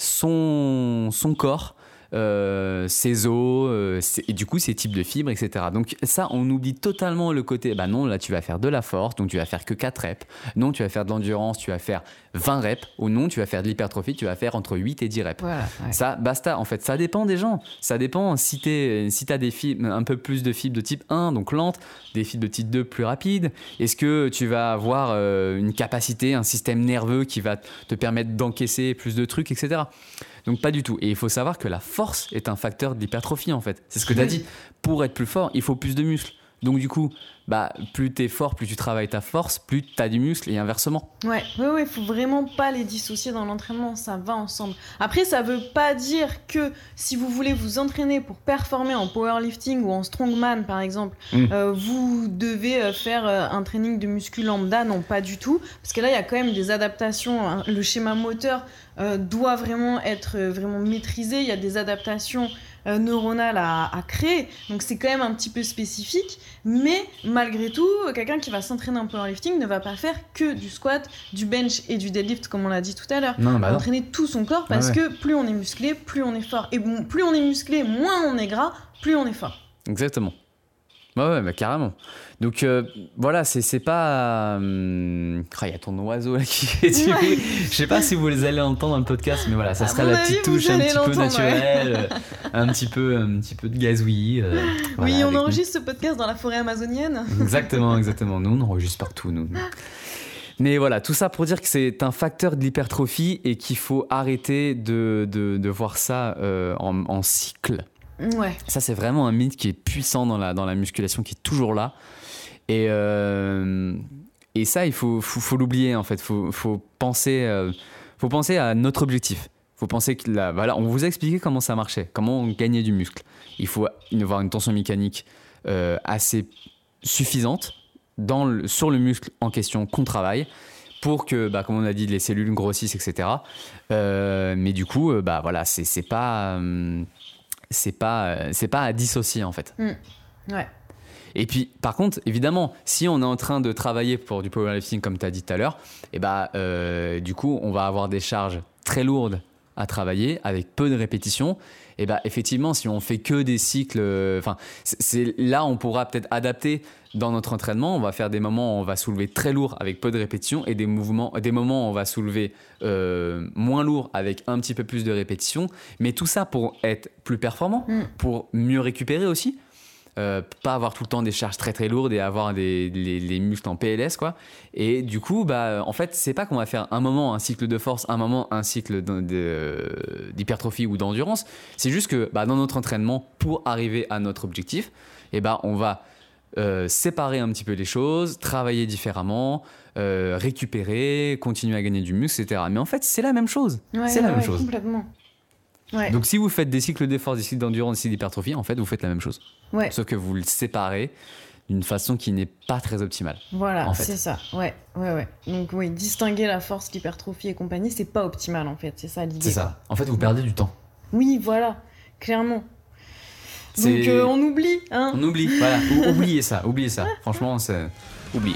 son, son corps, euh, ses os, euh, ses, et du coup, ses types de fibres, et cetera. Donc ça, on oublie totalement le côté, bah non, là, tu vas faire de la force, donc tu vas faire que quatre reps. Non, tu vas faire de l'endurance, tu vas faire vingt reps. Ou non, tu vas faire de l'hypertrophie, tu vas faire entre huit et dix reps. Voilà, ouais. Ça, basta. En fait, ça dépend des gens. Ça dépend si tu si as des fibres, un peu plus de fibres de type un, donc lentes, des fibres de type deux plus rapides. Est-ce que tu vas avoir euh, une capacité, un système nerveux qui va te permettre d'encaisser plus de trucs, et cetera. Donc pas du tout. Et il faut savoir que la force est un facteur de l'hypertrophie, en fait. C'est ce que tu as dit. Pour être plus fort, il faut plus de muscles. Donc du coup, bah, plus t'es fort, plus tu travailles ta force, plus t'as du muscle et inversement. Ouais, ouais, ouais, faut vraiment pas les dissocier dans l'entraînement, ça va ensemble. Après, ça veut pas dire que si vous voulez vous entraîner pour performer en powerlifting ou en strongman par exemple, mmh. euh, vous devez euh, faire euh, un training de muscu lambda, non, pas du tout. Parce que là, il y a quand même des adaptations, hein. Le schéma moteur euh, doit vraiment être euh, vraiment maîtrisé, il y a des adaptations Euh, neuronale à, à créer, donc c'est quand même un petit peu spécifique, mais malgré tout, quelqu'un qui va s'entraîner en powerlifting ne va pas faire que du squat, du bench et du deadlift comme on l'a dit tout à l'heure. Non, bah on va non. entraîner tout son corps parce ouais, ouais. que plus on est musclé, plus on est fort, et bon, plus on est musclé, moins on est gras, plus on est fort. Exactement. Ouais, ouais, bah, carrément. Donc euh, voilà, c'est, c'est pas. Il euh... oh, y a ton oiseau là qui est ouais. Je sais pas si vous les allez entendre dans le podcast, mais voilà, ça sera la petite touche un petit peu naturelle, ouais. euh, un, petit peu, un petit peu de gazouillis. Euh, voilà, oui, on enregistre nous. ce podcast dans la forêt amazonienne. Exactement, exactement. Nous, on enregistre partout, nous. Mais voilà, tout ça pour dire que c'est un facteur de l'hypertrophie et qu'il faut arrêter de, de, de voir ça euh, en, en cycle. Ouais. Ça, c'est vraiment un mythe qui est puissant dans la, dans la musculation, qui est toujours là. Et, euh, et ça, il faut, faut, faut l'oublier, en fait. Il faut, faut, penser, euh, faut penser à notre objectif. Il faut penser que là, voilà, on vous a expliqué comment ça marchait, comment on gagnait du muscle. Il faut avoir une tension mécanique euh, assez suffisante dans le, sur le muscle en question qu'on travaille pour que, bah, comme on a dit, les cellules grossissent, et cetera. Euh, mais du coup, euh, bah, voilà, c'est, c'est pas... Euh, c'est pas, c'est pas à dissocier en fait. Mmh. Ouais. Et puis par contre, évidemment, si on est en train de travailler pour du powerlifting comme tu as dit tout à l'heure, et bah, euh, du coup, on va avoir des charges très lourdes à travailler avec peu de répétitions. Et bah, effectivement, si on fait que des cycles, enfin, euh, c'est, c'est là on pourra peut-être adapter dans notre entraînement. On va faire des moments où on va soulever très lourd avec peu de répétitions et des mouvements, des moments où on va soulever euh, moins lourd avec un petit peu plus de répétitions. Mais tout ça pour être plus performant, mmh. pour mieux récupérer aussi. Euh, pas avoir tout le temps des charges très très lourdes et avoir des, les, les muscles en P L S quoi. Et du coup bah, en fait c'est pas qu'on va faire un moment un cycle de force, un moment un cycle de, de, d'hypertrophie ou d'endurance, c'est juste que bah, dans notre entraînement pour arriver à notre objectif et bah, on va euh, séparer un petit peu les choses, travailler différemment, euh, récupérer, continuer à gagner du muscle, et cetera. Mais en fait c'est la même chose, ouais, c'est la ouais, même ouais, chose complètement. Ouais. Donc si vous faites des cycles de force, des cycles d'endurance, des cycles d'hypertrophie, en fait vous faites la même chose. Ouais. Sauf que vous le séparez d'une façon qui n'est pas très optimale. Voilà, en fait. c'est ça. Ouais, ouais, ouais. Donc oui, distinguer la force, l'hypertrophie et compagnie, c'est pas optimal en fait. C'est ça l'idée. C'est ça. En fait, vous perdez du temps. Oui, voilà, clairement. C'est... Donc euh, on oublie, hein. On oublie, voilà. oubliez ça, oubliez ça. Franchement, c'est oubliez.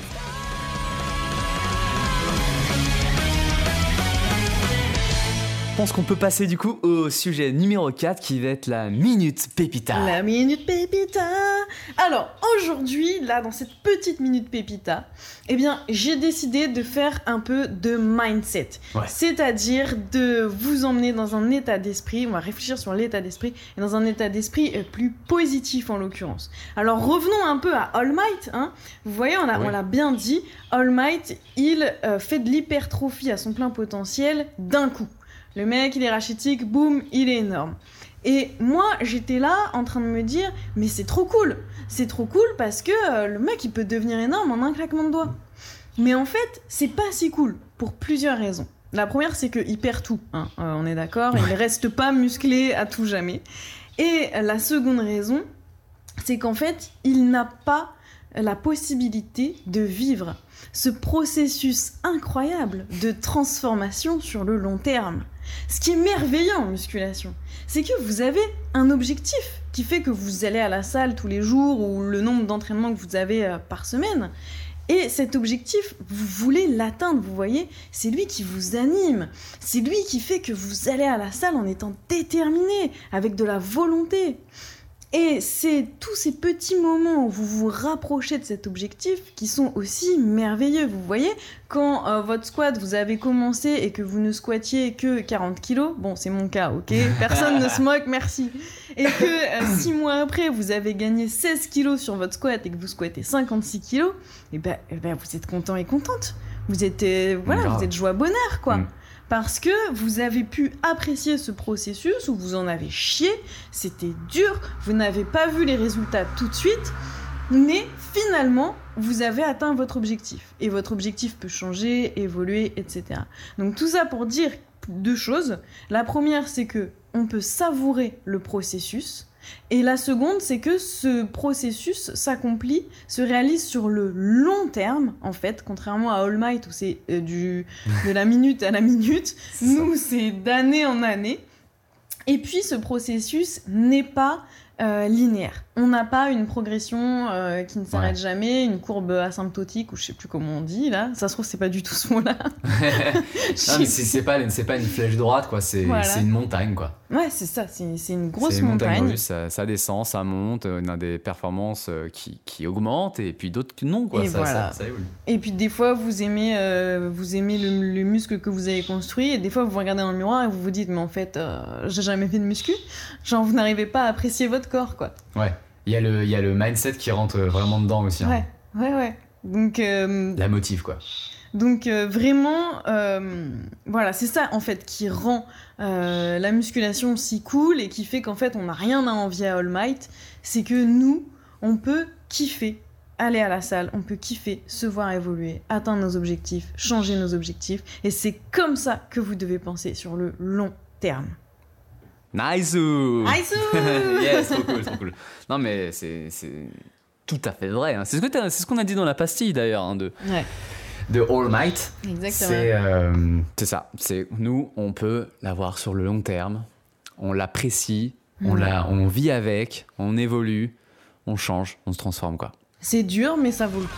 Je pense qu'on peut passer du coup au sujet numéro quatre qui va être la Minute Pépita. La Minute Pépita. Alors aujourd'hui, là dans cette petite Minute Pépita, eh bien j'ai décidé de faire un peu de mindset. Ouais. C'est-à-dire de vous emmener dans un état d'esprit, on va réfléchir sur l'état d'esprit, et dans un état d'esprit plus positif en l'occurrence. Alors revenons un peu à All Might, hein. Vous voyez, on, a, oui. on l'a bien dit, All Might, il euh, fait de l'hypertrophie à son plein potentiel d'un coup. Le mec, il est rachitique, boum, il est énorme. Et moi, j'étais là en train de me dire, mais c'est trop cool. C'est trop cool parce que euh, le mec, il peut devenir énorme en un claquement de doigts. Mais en fait, c'est pas si cool pour plusieurs raisons. La première, c'est qu'il perd tout, hein, euh, on est d'accord, il reste pas musclé à tout jamais. Et la seconde raison, c'est qu'en fait, il n'a pas la possibilité de vivre ce processus incroyable de transformation sur le long terme. Ce qui est merveilleux en musculation, c'est que vous avez un objectif qui fait que vous allez à la salle tous les jours ou le nombre d'entraînements que vous avez euh, par semaine. Et cet objectif, vous voulez l'atteindre, vous voyez, c'est lui qui vous anime. C'est lui qui fait que vous allez à la salle en étant déterminé, avec de la volonté. Et c'est tous ces petits moments où vous vous rapprochez de cet objectif qui sont aussi merveilleux. Vous voyez, quand euh, votre squat, vous avez commencé et que vous ne squattiez que quarante kilos, bon, c'est mon cas, ok, personne ne se moque, merci. Et que euh, six mois après, vous avez gagné seize kilos sur votre squat et que vous squattez cinquante-six kilos, et ben, et ben vous êtes content et contente. Vous êtes, euh, voilà, vous êtes joie bonheur, quoi. Mm. Parce que vous avez pu apprécier ce processus où vous en avez chié, c'était dur, vous n'avez pas vu les résultats tout de suite, Mais finalement, vous avez atteint votre objectif. Et votre objectif peut changer, évoluer, et cetera. Donc tout ça pour dire deux choses. La première, c'est que on peut savourer le processus. Et la seconde, c'est que ce processus s'accomplit, se réalise sur le long terme, en fait, contrairement à All Might où c'est euh, du, de la minute à la minute. C'est Nous, ça. C'est d'année en année. Et puis, ce processus n'est pas euh, linéaire. On n'a pas une progression euh, qui ne s'arrête ouais. jamais, une courbe asymptotique, ou je sais plus comment on dit, là. Ça se trouve, c'est pas du tout ce mot-là. non, mais c'est, c'est, pas, c'est pas une flèche droite, quoi. C'est, voilà. c'est une montagne, quoi. Ouais, c'est ça. C'est, c'est une grosse c'est une montagne. montagne. Russe, ça, ça descend, ça monte. On a des performances qui, qui augmentent, et puis d'autres non, quoi. Et ça, voilà. ça, ça évolue. Et puis, des fois, vous aimez, euh, vous aimez le, le muscle que vous avez construit, et des fois, vous vous regardez dans le miroir et vous vous dites, mais en fait, euh, j'ai jamais fait de muscu. Genre, vous n'arrivez pas à apprécier votre corps, quoi. Ouais. Il y a le, il y a le mindset qui rentre vraiment dedans aussi. Ouais, hein. ouais, ouais. Donc, euh, la motive, quoi. Donc, euh, vraiment, euh, voilà, c'est ça, en fait, qui rend euh, la musculation si cool et qui fait qu'en fait, on n'a rien à envier à All Might. C'est que nous, on peut kiffer aller à la salle, on peut kiffer, se voir évoluer, atteindre nos objectifs, changer nos objectifs. Et c'est comme ça que vous devez penser sur le long terme. Nice. Nice. Yes, trop cool, trop cool. Non mais c'est, c'est tout à fait vrai. Hein. C'est, ce que c'est ce qu'on a dit dans la pastille d'ailleurs hein, de, ouais. de All Might. Exactement. C'est, euh, c'est ça. C'est, nous, on peut l'avoir sur le long terme. On l'apprécie, mmh. on, la, on vit avec, on évolue, on change, on se transforme quoi. C'est dur mais ça vaut le coup.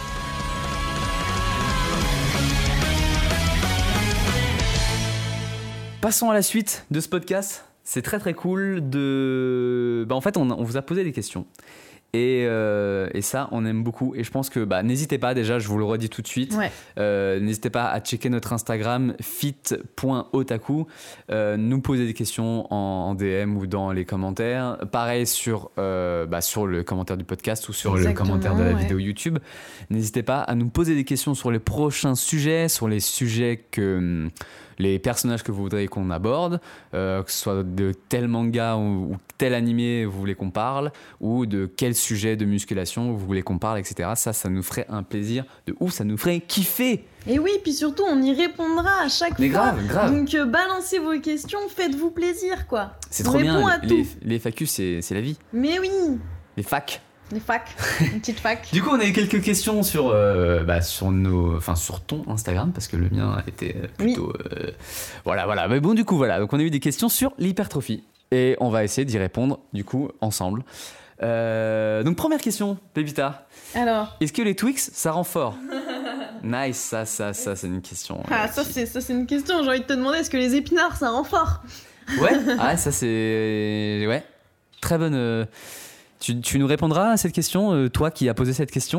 Passons à la suite de ce podcast. C'est très très cool de... Bah, en fait, on, on vous a posé des questions. Et, euh, et ça, on aime beaucoup. Et je pense que bah, n'hésitez pas, déjà, je vous le redis tout de suite. Ouais. Euh, n'hésitez pas à checker notre Instagram, fit point otaku. Euh, nous poser des questions en, en D M ou dans les commentaires. Pareil sur, euh, bah, sur le commentaire du podcast ou sur Exactement, le commentaire de la ouais. vidéo YouTube. N'hésitez pas à nous poser des questions sur les prochains sujets, sur les sujets que... les personnages que vous voudriez qu'on aborde, euh, que ce soit de tel manga ou, ou tel animé vous voulez qu'on parle, ou de quel sujet de musculation vous voulez qu'on parle, et cetera. Ça, ça nous ferait un plaisir de ouf, ça nous ferait kiffer. Et oui, puis surtout, on y répondra à chaque Mais fois. grave, grave. Donc, euh, balancez vos questions, faites-vous plaisir, quoi. C'est on trop bien, à les, tout. les, les F A Q, c'est, c'est la vie. Mais oui. Les facs. Les facs, une petite fac. Du coup, on a eu quelques questions sur, euh, bah, sur, nos, enfin, sur ton Instagram, parce que le mien était plutôt... Oui. Euh, voilà, voilà. Mais bon, du coup, voilà. Donc, on a eu des questions sur l'hypertrophie. Et on va essayer d'y répondre, du coup, ensemble. Euh, donc, première question, Pépita. Alors ? Est-ce que les Twix, ça rend fort ? Nice, ça, ça, ça, c'est une question. Ah, euh, ça, c'est, ça, c'est une question. J'ai envie de te demander, est-ce que les épinards, ça rend fort ? Ouais, ah, ça, c'est... Ouais, très bonne... Euh... Tu, tu nous répondras à cette question, euh, toi qui as posé cette question.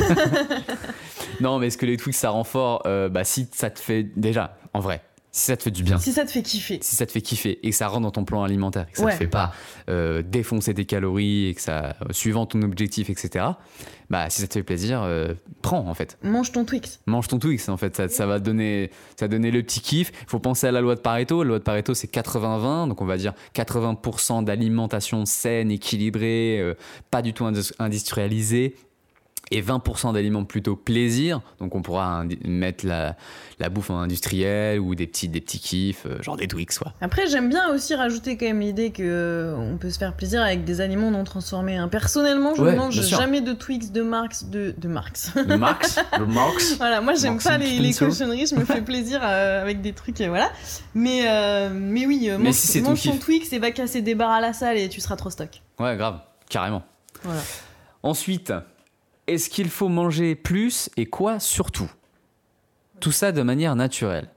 Non, mais est-ce que les Twix, ça rend fort ? euh, Bah, si ça te fait... Déjà, en vrai, si ça te fait du bien. Si ça te fait kiffer. Si ça te fait kiffer et que ça rentre dans ton plan alimentaire, que ça ouais. te fait pas euh, défoncer tes calories et que ça... Euh, suivant ton objectif, et cetera. Bah, si ça te fait plaisir, euh, prends, en fait. Mange ton Twix. Mange ton Twix, en fait. Ça, ça va donner, ça va donner le petit kiff. Il faut penser à la loi de Pareto. La loi de Pareto, c'est quatre-vingts vingt. Donc, on va dire quatre-vingts pour cent d'alimentation saine, équilibrée, euh, pas du tout industrialisée. Et vingt pour cent d'aliments plutôt plaisir. Donc, on pourra indi- mettre la, la bouffe en industriel ou des petits, des petits kiffs, euh, genre des Twix, quoi. Après, j'aime bien aussi rajouter quand même l'idée qu'on euh, peut se faire plaisir avec des aliments non transformés. Hein. Personnellement, je ne ouais, mange jamais de Twix de Marx. De, de Marx. De Marx De Marx Voilà, moi, j'aime Marx pas les, les cochonneries. Je me fais plaisir euh, avec des trucs, euh, voilà. Mais, euh, mais oui, euh, mais mange, si mange ton, ton Twix et va casser des barres à la salle et tu seras trop stock. Ouais, grave, carrément. Voilà. Ensuite... Est-ce qu'il faut manger plus et quoi surtout ? Tout ça de manière naturelle.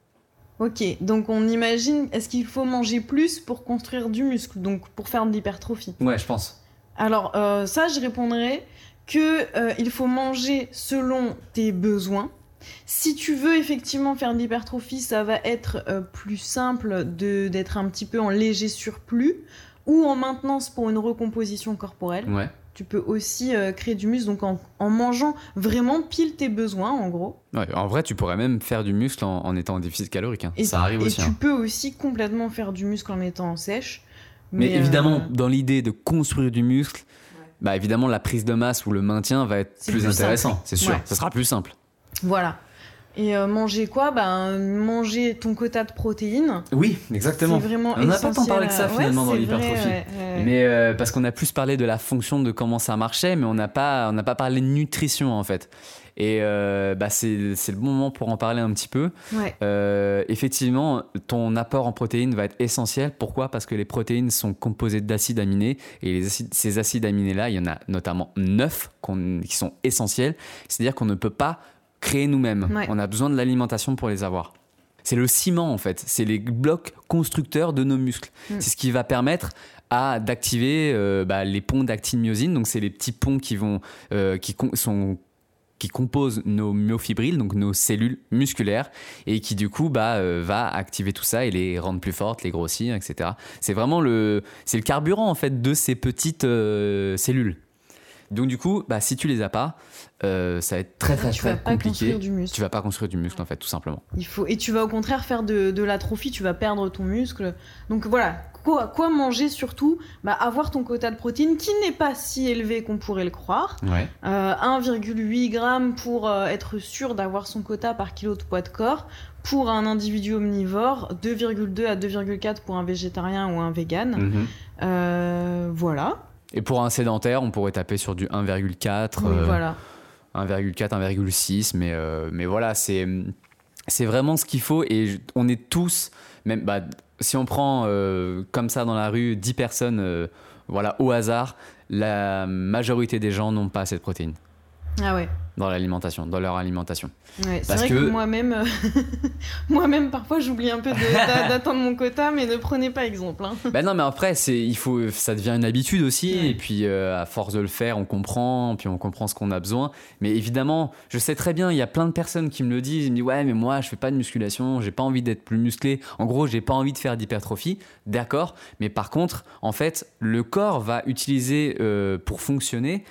Ok, donc on imagine, est-ce qu'il faut manger plus pour construire du muscle, donc pour faire de l'hypertrophie ? Ouais, je pense. Alors euh, ça, je répondrais que euh, il faut manger selon tes besoins. Si tu veux effectivement faire de l'hypertrophie, ça va être euh, plus simple de, d'être un petit peu en léger surplus ou en maintenance pour une recomposition corporelle. Ouais. Tu peux aussi euh, créer du muscle donc en, en mangeant vraiment pile tes besoins, en gros. Ouais, en vrai, tu pourrais même faire du muscle en, en étant en déficit calorique. Hein. Et ça arrive et aussi. Et tu hein. peux aussi complètement faire du muscle en étant en sèche. Mais, mais évidemment, euh... dans l'idée de construire du muscle, bah évidemment la prise de masse ou le maintien va être C'est plus, plus intéressant, simple. c'est sûr, Ouais. ça sera plus simple. Voilà. Et euh, manger quoi? Ben, manger ton quota de protéines. Oui, exactement. C'est vraiment On n'a pas tant parlé que ça essentiel. finalement Ouais, dans c'est l'hypertrophie. vrai, ouais, ouais. Mais euh, parce qu'on a plus parlé de la fonction de comment ça marchait, mais on n'a pas, on n'a pas parlé de nutrition en fait. Et euh, bah c'est, c'est le bon moment pour en parler un petit peu. Ouais. Euh, effectivement, ton apport en protéines va être essentiel. Pourquoi ? Parce que les protéines sont composées d'acides aminés. Et les acides, ces acides aminés-là, il y en a notamment neuf qu'on, qui sont essentiels. C'est-à-dire qu'on ne peut pas créer nous-mêmes. Ouais. On a besoin de l'alimentation pour les avoir. C'est le ciment en fait. C'est les blocs constructeurs de nos muscles. Mm. C'est ce qui va permettre à, d'activer euh, bah, les ponts d'actine-myosine. Donc c'est les petits ponts qui, vont, euh, qui con- sont... qui composent nos myofibrilles, donc nos cellules musculaires, et qui du coup bah, euh, va activer tout ça et les rendre plus fortes, les grossir, et cetera. C'est vraiment le, c'est le carburant en fait de ces petites euh, cellules. Donc du coup, bah, si tu les as pas, euh, ça va être très très tu très vas pas compliqué. construire du muscle. Tu vas pas construire du muscle en fait, tout simplement. Il faut... Et tu vas au contraire faire de, de l'atrophie, tu vas perdre ton muscle. Donc voilà, quoi, quoi manger surtout? Bah, avoir ton quota de protéines qui n'est pas si élevé qu'on pourrait le croire. Ouais. Euh, un virgule huit grammes pour euh, être sûr d'avoir son quota par kilo de poids de corps. Pour un individu omnivore, deux virgule deux à deux virgule quatre pour un végétarien ou un vegan. Mm-hmm. Euh, voilà. Et pour un sédentaire, on pourrait taper sur du un virgule quatre, Oui, euh, voilà. un virgule quatre, un virgule six, mais, euh, mais voilà, c'est, c'est vraiment ce qu'il faut. Et je- on est tous, même bah, si on prend euh, comme ça dans la rue dix personnes euh, voilà, au hasard, la majorité des gens n'ont pas assez de protéines Ah ouais. dans l'alimentation, dans leur alimentation. Ouais, c'est Parce vrai que, que- moi-même, euh, moi-même parfois j'oublie un peu de- d'a- d'atteindre mon quota, mais ne prenez pas exemple. Hein. Ben non, mais après, c'est, il faut, ça devient une habitude aussi. Ouais. Et puis, euh, à force de le faire, on comprend. Puis, on comprend ce qu'on a besoin. Mais évidemment, je sais très bien, il y a plein de personnes qui me le disent. Ils me disent, ouais, mais moi, je fais pas de musculation. J'ai pas envie d'être plus musclé. En gros, j'ai pas envie de faire d'hypertrophie. D'accord. Mais par contre, en fait, le corps va utiliser euh, pour fonctionner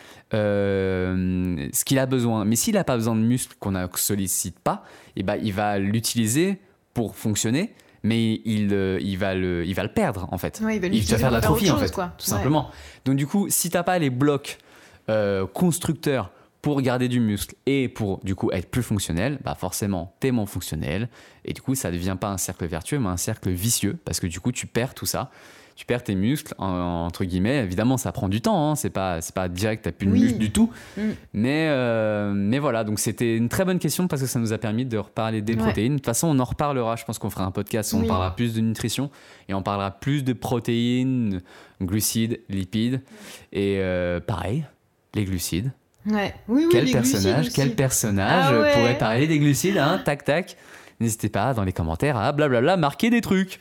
euh, ce qu'il a besoin. Mais s'il a pas besoin de muscles qu'on ne sollicite pas, et ben, il va l'utiliser pour fonctionner. Mais il, euh, il, va le, il va le perdre en fait. Ouais, il va Il l'utiliser va faire de pour l'atrophie autre en chose, fait, quoi. tout Ouais. simplement. Donc du coup, si t'as pas les blocs euh, constructeurs pour garder du muscle et pour du coup être plus fonctionnel, bah forcément t'es moins fonctionnel et du coup ça devient pas un cercle vertueux mais un cercle vicieux parce que du coup tu perds tout ça. Tu perds tes muscles, en- entre guillemets. Évidemment, ça prend du temps. Hein. C'est pas, c'est pas direct, t'as plus de Oui. muscles du tout. Mm. Mais, euh, mais voilà, donc c'était une très bonne question parce que ça nous a permis de reparler des Ouais. protéines. De toute façon, on en reparlera. Je pense qu'on fera un podcast où on Oui. parlera plus de nutrition et on parlera plus de protéines, glucides, lipides. Et euh, pareil, les glucides. Ouais. Oui, oui, quel les personnage, glucides quel aussi. personnage Ah ouais. pourrait parler des glucides, hein, tac tac. N'hésitez pas dans les commentaires à blablabla marquer des trucs.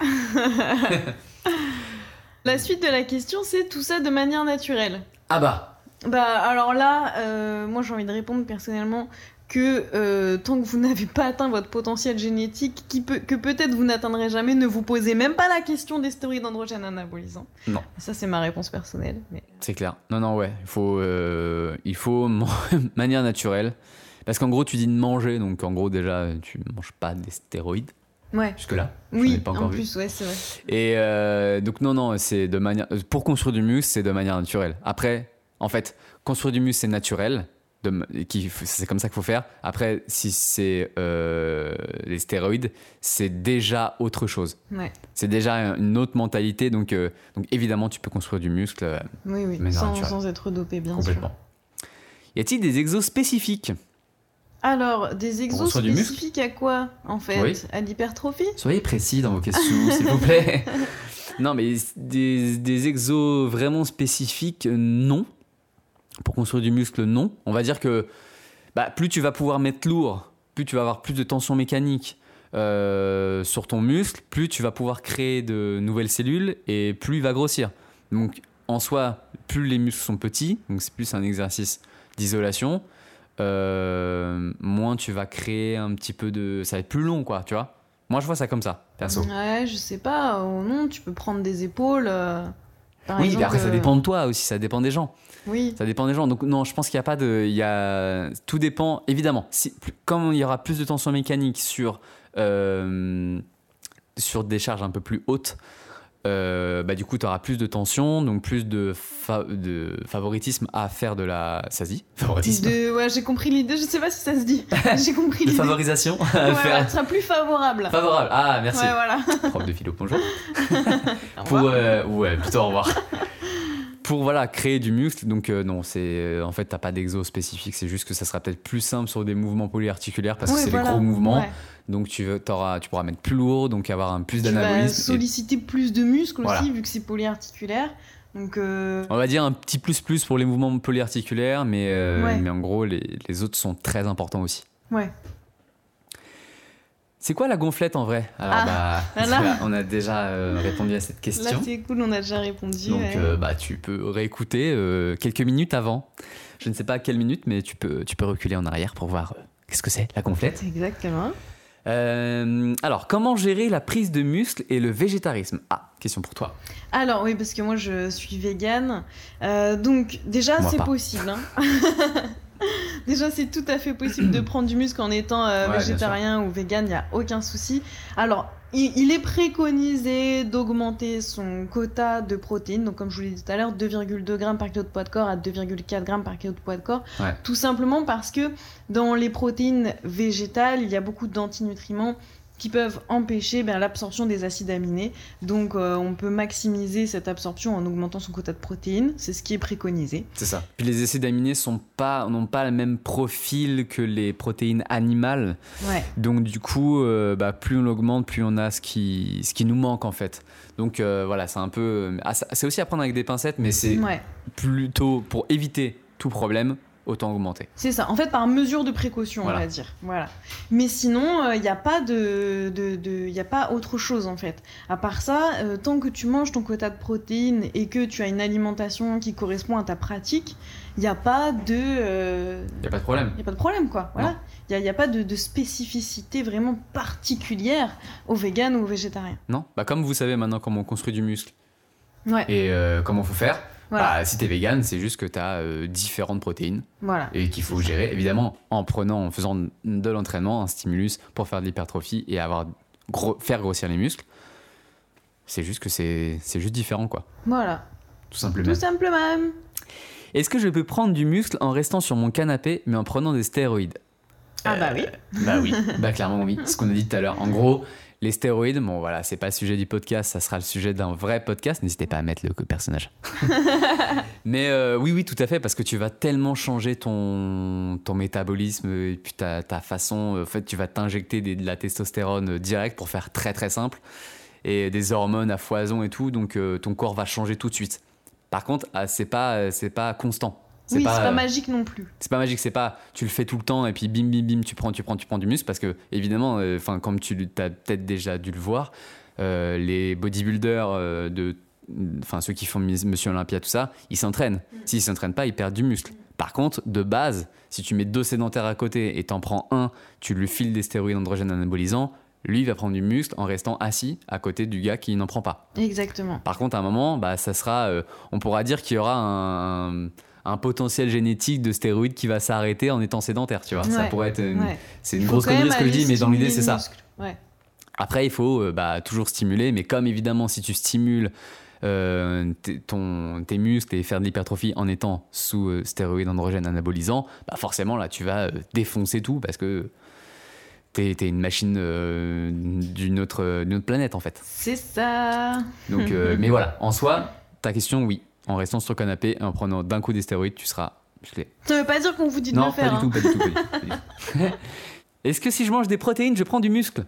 La suite de la question, c'est tout ça de manière naturelle. Ah bah. Bah alors là, euh, moi j'ai envie de répondre personnellement que euh, tant que vous n'avez pas atteint votre potentiel génétique, qui peut, que peut-être vous n'atteindrez jamais, ne vous posez même pas la question des stéroïdes androgènes anabolisants. Non. Ça c'est ma réponse personnelle. Mais... C'est clair. Non, non, ouais. Il faut, euh, il faut man- manière naturelle. Parce qu'en gros, tu dis de manger. Donc, en gros, déjà, tu manges pas des stéroïdes. Ouais. Jusque-là. J'en ai Oui, pas encore en vu. plus, ouais, c'est vrai. Et euh, donc, non, non, c'est de manière. Pour construire du muscle, c'est de manière naturelle. Après, en fait, construire du muscle, c'est naturel. De, m- qui- c'est comme ça qu'il faut faire. Après, si c'est euh, les stéroïdes, c'est déjà autre chose. Ouais. C'est déjà une autre mentalité. Donc, euh, donc évidemment, tu peux construire du muscle euh, Oui, oui, Mais sans, naturel. sans être dopé, bien complètement. Y a-t-il des exos spécifiques? sûr. Alors, des exos construire du muscle spécifiques à quoi, en fait? Oui. À l'hypertrophie? Soyez précis dans vos questions, s'il vous plaît. Non, mais des, des exos vraiment spécifiques, non. Pour construire du muscle, non. On va dire que bah, plus tu vas pouvoir mettre lourd, plus tu vas avoir plus de tension mécanique euh, sur ton muscle, plus tu vas pouvoir créer de nouvelles cellules et plus il va grossir. Donc, en soi, plus les muscles sont petits, donc c'est plus un exercice d'isolation, euh, moins tu vas créer un petit peu de... Ça va être plus long, quoi, tu vois. Moi, je vois ça comme ça, perso. Ouais, je sais pas. Oh, non, tu peux prendre des épaules. euh, par Oui, exemple, mais après, ça euh, dépend de toi aussi, ça dépend des gens. Oui. Ça dépend des gens. Donc, non, je pense qu'il n'y a pas de. Il y a, tout dépend, évidemment. Si, plus- comme il y aura plus de tension mécanique sur, euh, sur des charges un peu plus hautes, euh, bah, du coup, tu auras plus de tension, donc plus de, fa- de favoritisme à faire de la... Ça se dit favoritisme de... Ouais, j'ai compris l'idée, je sais pas si ça se dit. J'ai compris de l'idée. favorisation à Ouais, faire... ouais, tu seras plus favorable. Favorable, ah merci. Ouais, voilà. Prof de philo, bonjour. Au Pour, revoir. euh, ouais, plutôt au revoir. Pour voilà, créer du muscle, donc euh, non, c'est, euh, en fait, t'as pas d'exo spécifique, c'est juste que ça sera peut-être plus simple sur des mouvements polyarticulaires parce Ouais, que c'est voilà. les gros mouvements. Ouais. Donc tu, veux, t'auras, tu pourras mettre plus lourd, donc avoir un plus Tu vas d'anabolisme. et- solliciter plus de muscles Voilà. aussi, vu que c'est polyarticulaire. Donc, euh, On va dire un petit plus plus pour les mouvements polyarticulaires, mais, euh, Ouais. mais en gros, les, les autres sont très importants aussi. ouais. C'est quoi la gonflette en vrai? Alors, Ah, bah, là. là, on a déjà euh, répondu à cette Là, question. c'est cool, on a déjà répondu. Donc, ouais. euh, bah, tu peux réécouter euh, quelques minutes avant. Je ne sais pas à quelle minute, mais tu peux, tu peux reculer en arrière pour voir euh, qu'est-ce que c'est la gonflette. Exactement. Euh, alors, comment gérer la prise de muscle et le végétarisme? Ah, question pour toi. Alors, oui, parce que moi, je suis végane. Euh, donc, déjà, Moi c'est pas. possible. Hein. Déjà, c'est tout à fait possible de prendre du muscle en étant euh, Ouais, bien végétarien ou vegan, il n'y a aucun souci. Alors, il, il est préconisé d'augmenter son quota de protéines. Donc, comme je vous l'ai dit tout à l'heure, deux virgule deux grammes par kilo de poids de corps à deux virgule quatre grammes par kilo de poids de corps. Ouais. Tout simplement parce que dans les protéines végétales, il y a beaucoup d'antinutriments qui peuvent empêcher ben, l'absorption des acides aminés. Donc, euh, on peut maximiser cette absorption en augmentant son quota de protéines. C'est ce qui est préconisé. C'est ça. Puis les acides aminés sont pas, n'ont pas le même profil que les protéines animales. Ouais. Donc du coup, euh, bah, plus on augmente, plus on a ce qui, ce qui nous manque en fait. Donc euh, voilà, c'est un peu... ah, ça- c'est aussi à prendre avec des pincettes, mais c'est Ouais. plutôt pour éviter tout problème, autant augmenter. C'est ça, en fait par mesure de précaution, Voilà. on va dire. Voilà. Mais sinon, il n'y a pas de, de, de y a pas autre chose en fait. À part ça, euh, tant que tu manges ton quota de protéines et que tu as une alimentation qui correspond à ta pratique, il n'y a pas de, euh, Y a pas de problème. y a pas de problème quoi. Voilà. Non. Il n'y a, y a pas de, de spécificité vraiment particulière au vegan ou au végétarien. Non, bah comme vous savez maintenant comment on construit du muscle Ouais. et euh, comment faut faire. Voilà. Bah, si t'es vegan, c'est juste que t'as euh, différentes protéines Voilà. et qu'il faut gérer évidemment en prenant, en faisant de l'entraînement, un stimulus pour faire de l'hypertrophie et avoir gros, faire grossir les muscles. C'est juste que c'est, c'est juste différent quoi, Voilà. tout simplement. Tout simplement. Est-ce que je peux prendre du muscle en restant sur mon canapé mais en prenant des stéroïdes? Ah bah oui. Bah oui, bah clairement oui, ce qu'on a dit tout à l'heure. En gros, les stéroïdes, bon voilà, c'est pas le sujet du podcast, ça sera le sujet d'un vrai podcast, n'hésitez pas à mettre le personnage. Mais euh, oui, oui, tout à fait, parce que tu vas tellement changer ton, ton métabolisme et puis ta, ta façon, en fait, tu vas t'injecter des- de la testostérone direct pour faire très très simple et des hormones à foison et tout, donc euh, ton corps va changer tout de suite. Par contre, ah, c'est pas, c'est pas constant. Oui, c'est pas euh, magique non plus. c'est pas magique, c'est pas tu le fais tout le temps et puis bim bim bim tu prends tu prends tu prends du muscle parce que évidemment enfin comme tu as peut-être déjà dû le voir euh, les bodybuilders euh, de enfin ceux qui font Monsieur Olympia tout ça, ils s'entraînent. S'ils s'entraînent pas, ils perdent du muscle. Par contre, de base, si tu mets deux sédentaires à côté et t'en prends un, tu lui files des stéroïdes androgènes anabolisants, lui il va prendre du muscle en restant assis à côté du gars qui n'en prend pas. Exactement. Par contre, à un moment, bah, ça sera, euh, on pourra dire qu'il y aura un, un, un potentiel génétique de stéroïdes qui va s'arrêter en étant sédentaire, tu vois. Ça Ouais, pourrait être une, ouais. c'est Il une faut grosse quand même connerie ce que je aller dis, mais dans l'idée, stimuler c'est le ça. muscle. Ouais. Après, il faut euh, bah, toujours stimuler, mais comme évidemment, si tu stimules euh, t- ton, tes muscles et faire de l'hypertrophie en étant sous euh, stéroïdes androgènes anabolisants, bah forcément, là, tu vas euh, défoncer tout parce que t'es, t'es une machine euh, d'une autre, d'une autre planète, en fait. C'est ça. Donc, euh, mais voilà, en soi, ta question, oui. En restant sur le canapé et en prenant d'un coup des stéroïdes, tu seras musclé. Ça veut pas dire qu'on vous dit de Non, le faire. pas, du hein. tout, pas du tout, pas du tout, pas du tout. Est-ce que si je mange des protéines, je prends du muscle?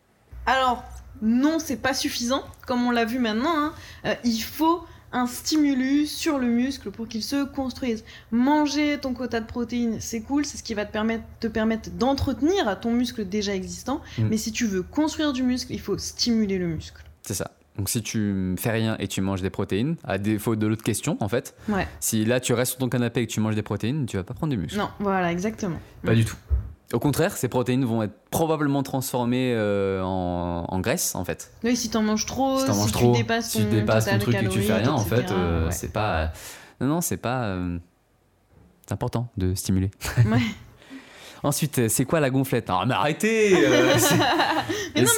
Alors, non, c'est pas suffisant, comme on l'a vu maintenant. hein. Euh, il faut un stimulus sur le muscle pour qu'il se construise. Manger ton quota de protéines, c'est cool, c'est ce qui va te permettre, te permettre d'entretenir ton muscle déjà existant. Mm. Mais si tu veux construire du muscle, il faut stimuler le muscle. C'est ça. Donc si tu fais rien et tu manges des protéines, à défaut de l'autre question, en fait, Ouais. si là tu restes sur ton canapé et que tu manges des protéines, tu vas pas prendre du muscle. Non, voilà, exactement. Pas du tout. Au contraire, ces protéines vont être probablement transformées euh, en, en graisse, en fait. Oui, si t'en manges trop, Si t'en manges si trop, tu dépasses ton, si tu dépasses ton total truc et que tu fais calorique, rien, en fait, et cetera, euh, ouais. c'est pas... Non, non, c'est pas... euh, C'est important de stimuler. Ouais. Ensuite, c'est quoi la gonflette? Ah, mais arrêtez euh, c'est- Mais non, mais c'est bien,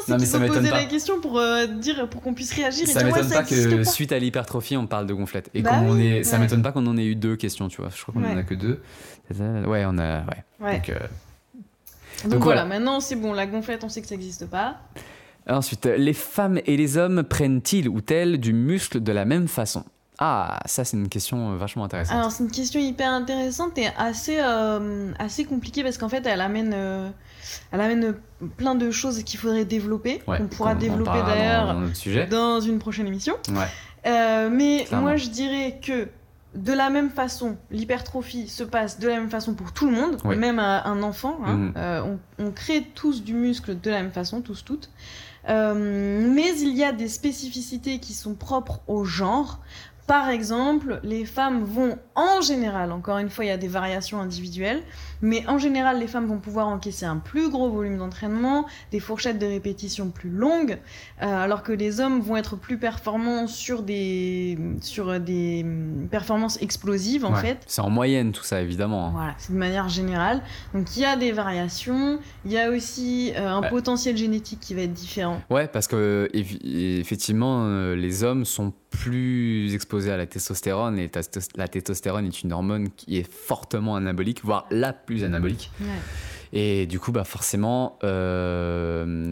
aussi Non, mais qu'il ça faut m'étonne poser pas. la question pour euh, dire, pour qu'on puisse réagir. Ça et dire, m'étonne ouais, pas existe que pas. suite à l'hypertrophie, on parle de gonflette. Et Bah qu'on oui, ait... ça ouais. m'étonne pas qu'on en ait eu deux questions, tu vois. Je crois qu'on en Ouais. a que deux. Ouais, on a. Ouais. Ouais. Donc, euh, Donc, donc voilà, voilà. maintenant c'est bon, la gonflette, on sait que ça n'existe pas. Ensuite, les femmes et les hommes prennent-ils ou elles du muscle de la même façon? Ah, ça, c'est une question vachement intéressante. Alors c'est une question hyper intéressante et assez, euh, assez compliquée parce qu'en fait elle amène, euh, elle amène plein de choses qu'il faudrait développer. Ouais, On pourra on en développer parlera d'ailleurs dans, dans notre sujet. dans une prochaine émission. Ouais. Euh, mais Clairement. moi je dirais que de la même façon, l'hypertrophie se passe de la même façon pour tout le monde, Oui. même un, un enfant. Hein. Mhm. Euh, on, on crée tous du muscle de la même façon, tous, toutes. Euh, mais il y a des spécificités qui sont propres au genre. Par exemple, les femmes vont en général, encore une fois, il y a des variations individuelles, mais en général, les femmes vont pouvoir encaisser un plus gros volume d'entraînement, des fourchettes de répétition plus longues, euh, alors que les hommes vont être plus performants sur des, sur des performances explosives, en Ouais. fait. C'est en moyenne, tout ça, évidemment. Voilà, c'est de manière générale. Donc il y a des variations, il y a aussi euh, un Ouais. potentiel génétique qui va être différent. Ouais, parce que évi- effectivement, euh, les hommes sont plus exposés à la testostérone et tastos- la testostérone est une hormone qui est fortement anabolique, voire la plus anabolique. Ouais. Et du coup, bah forcément, euh,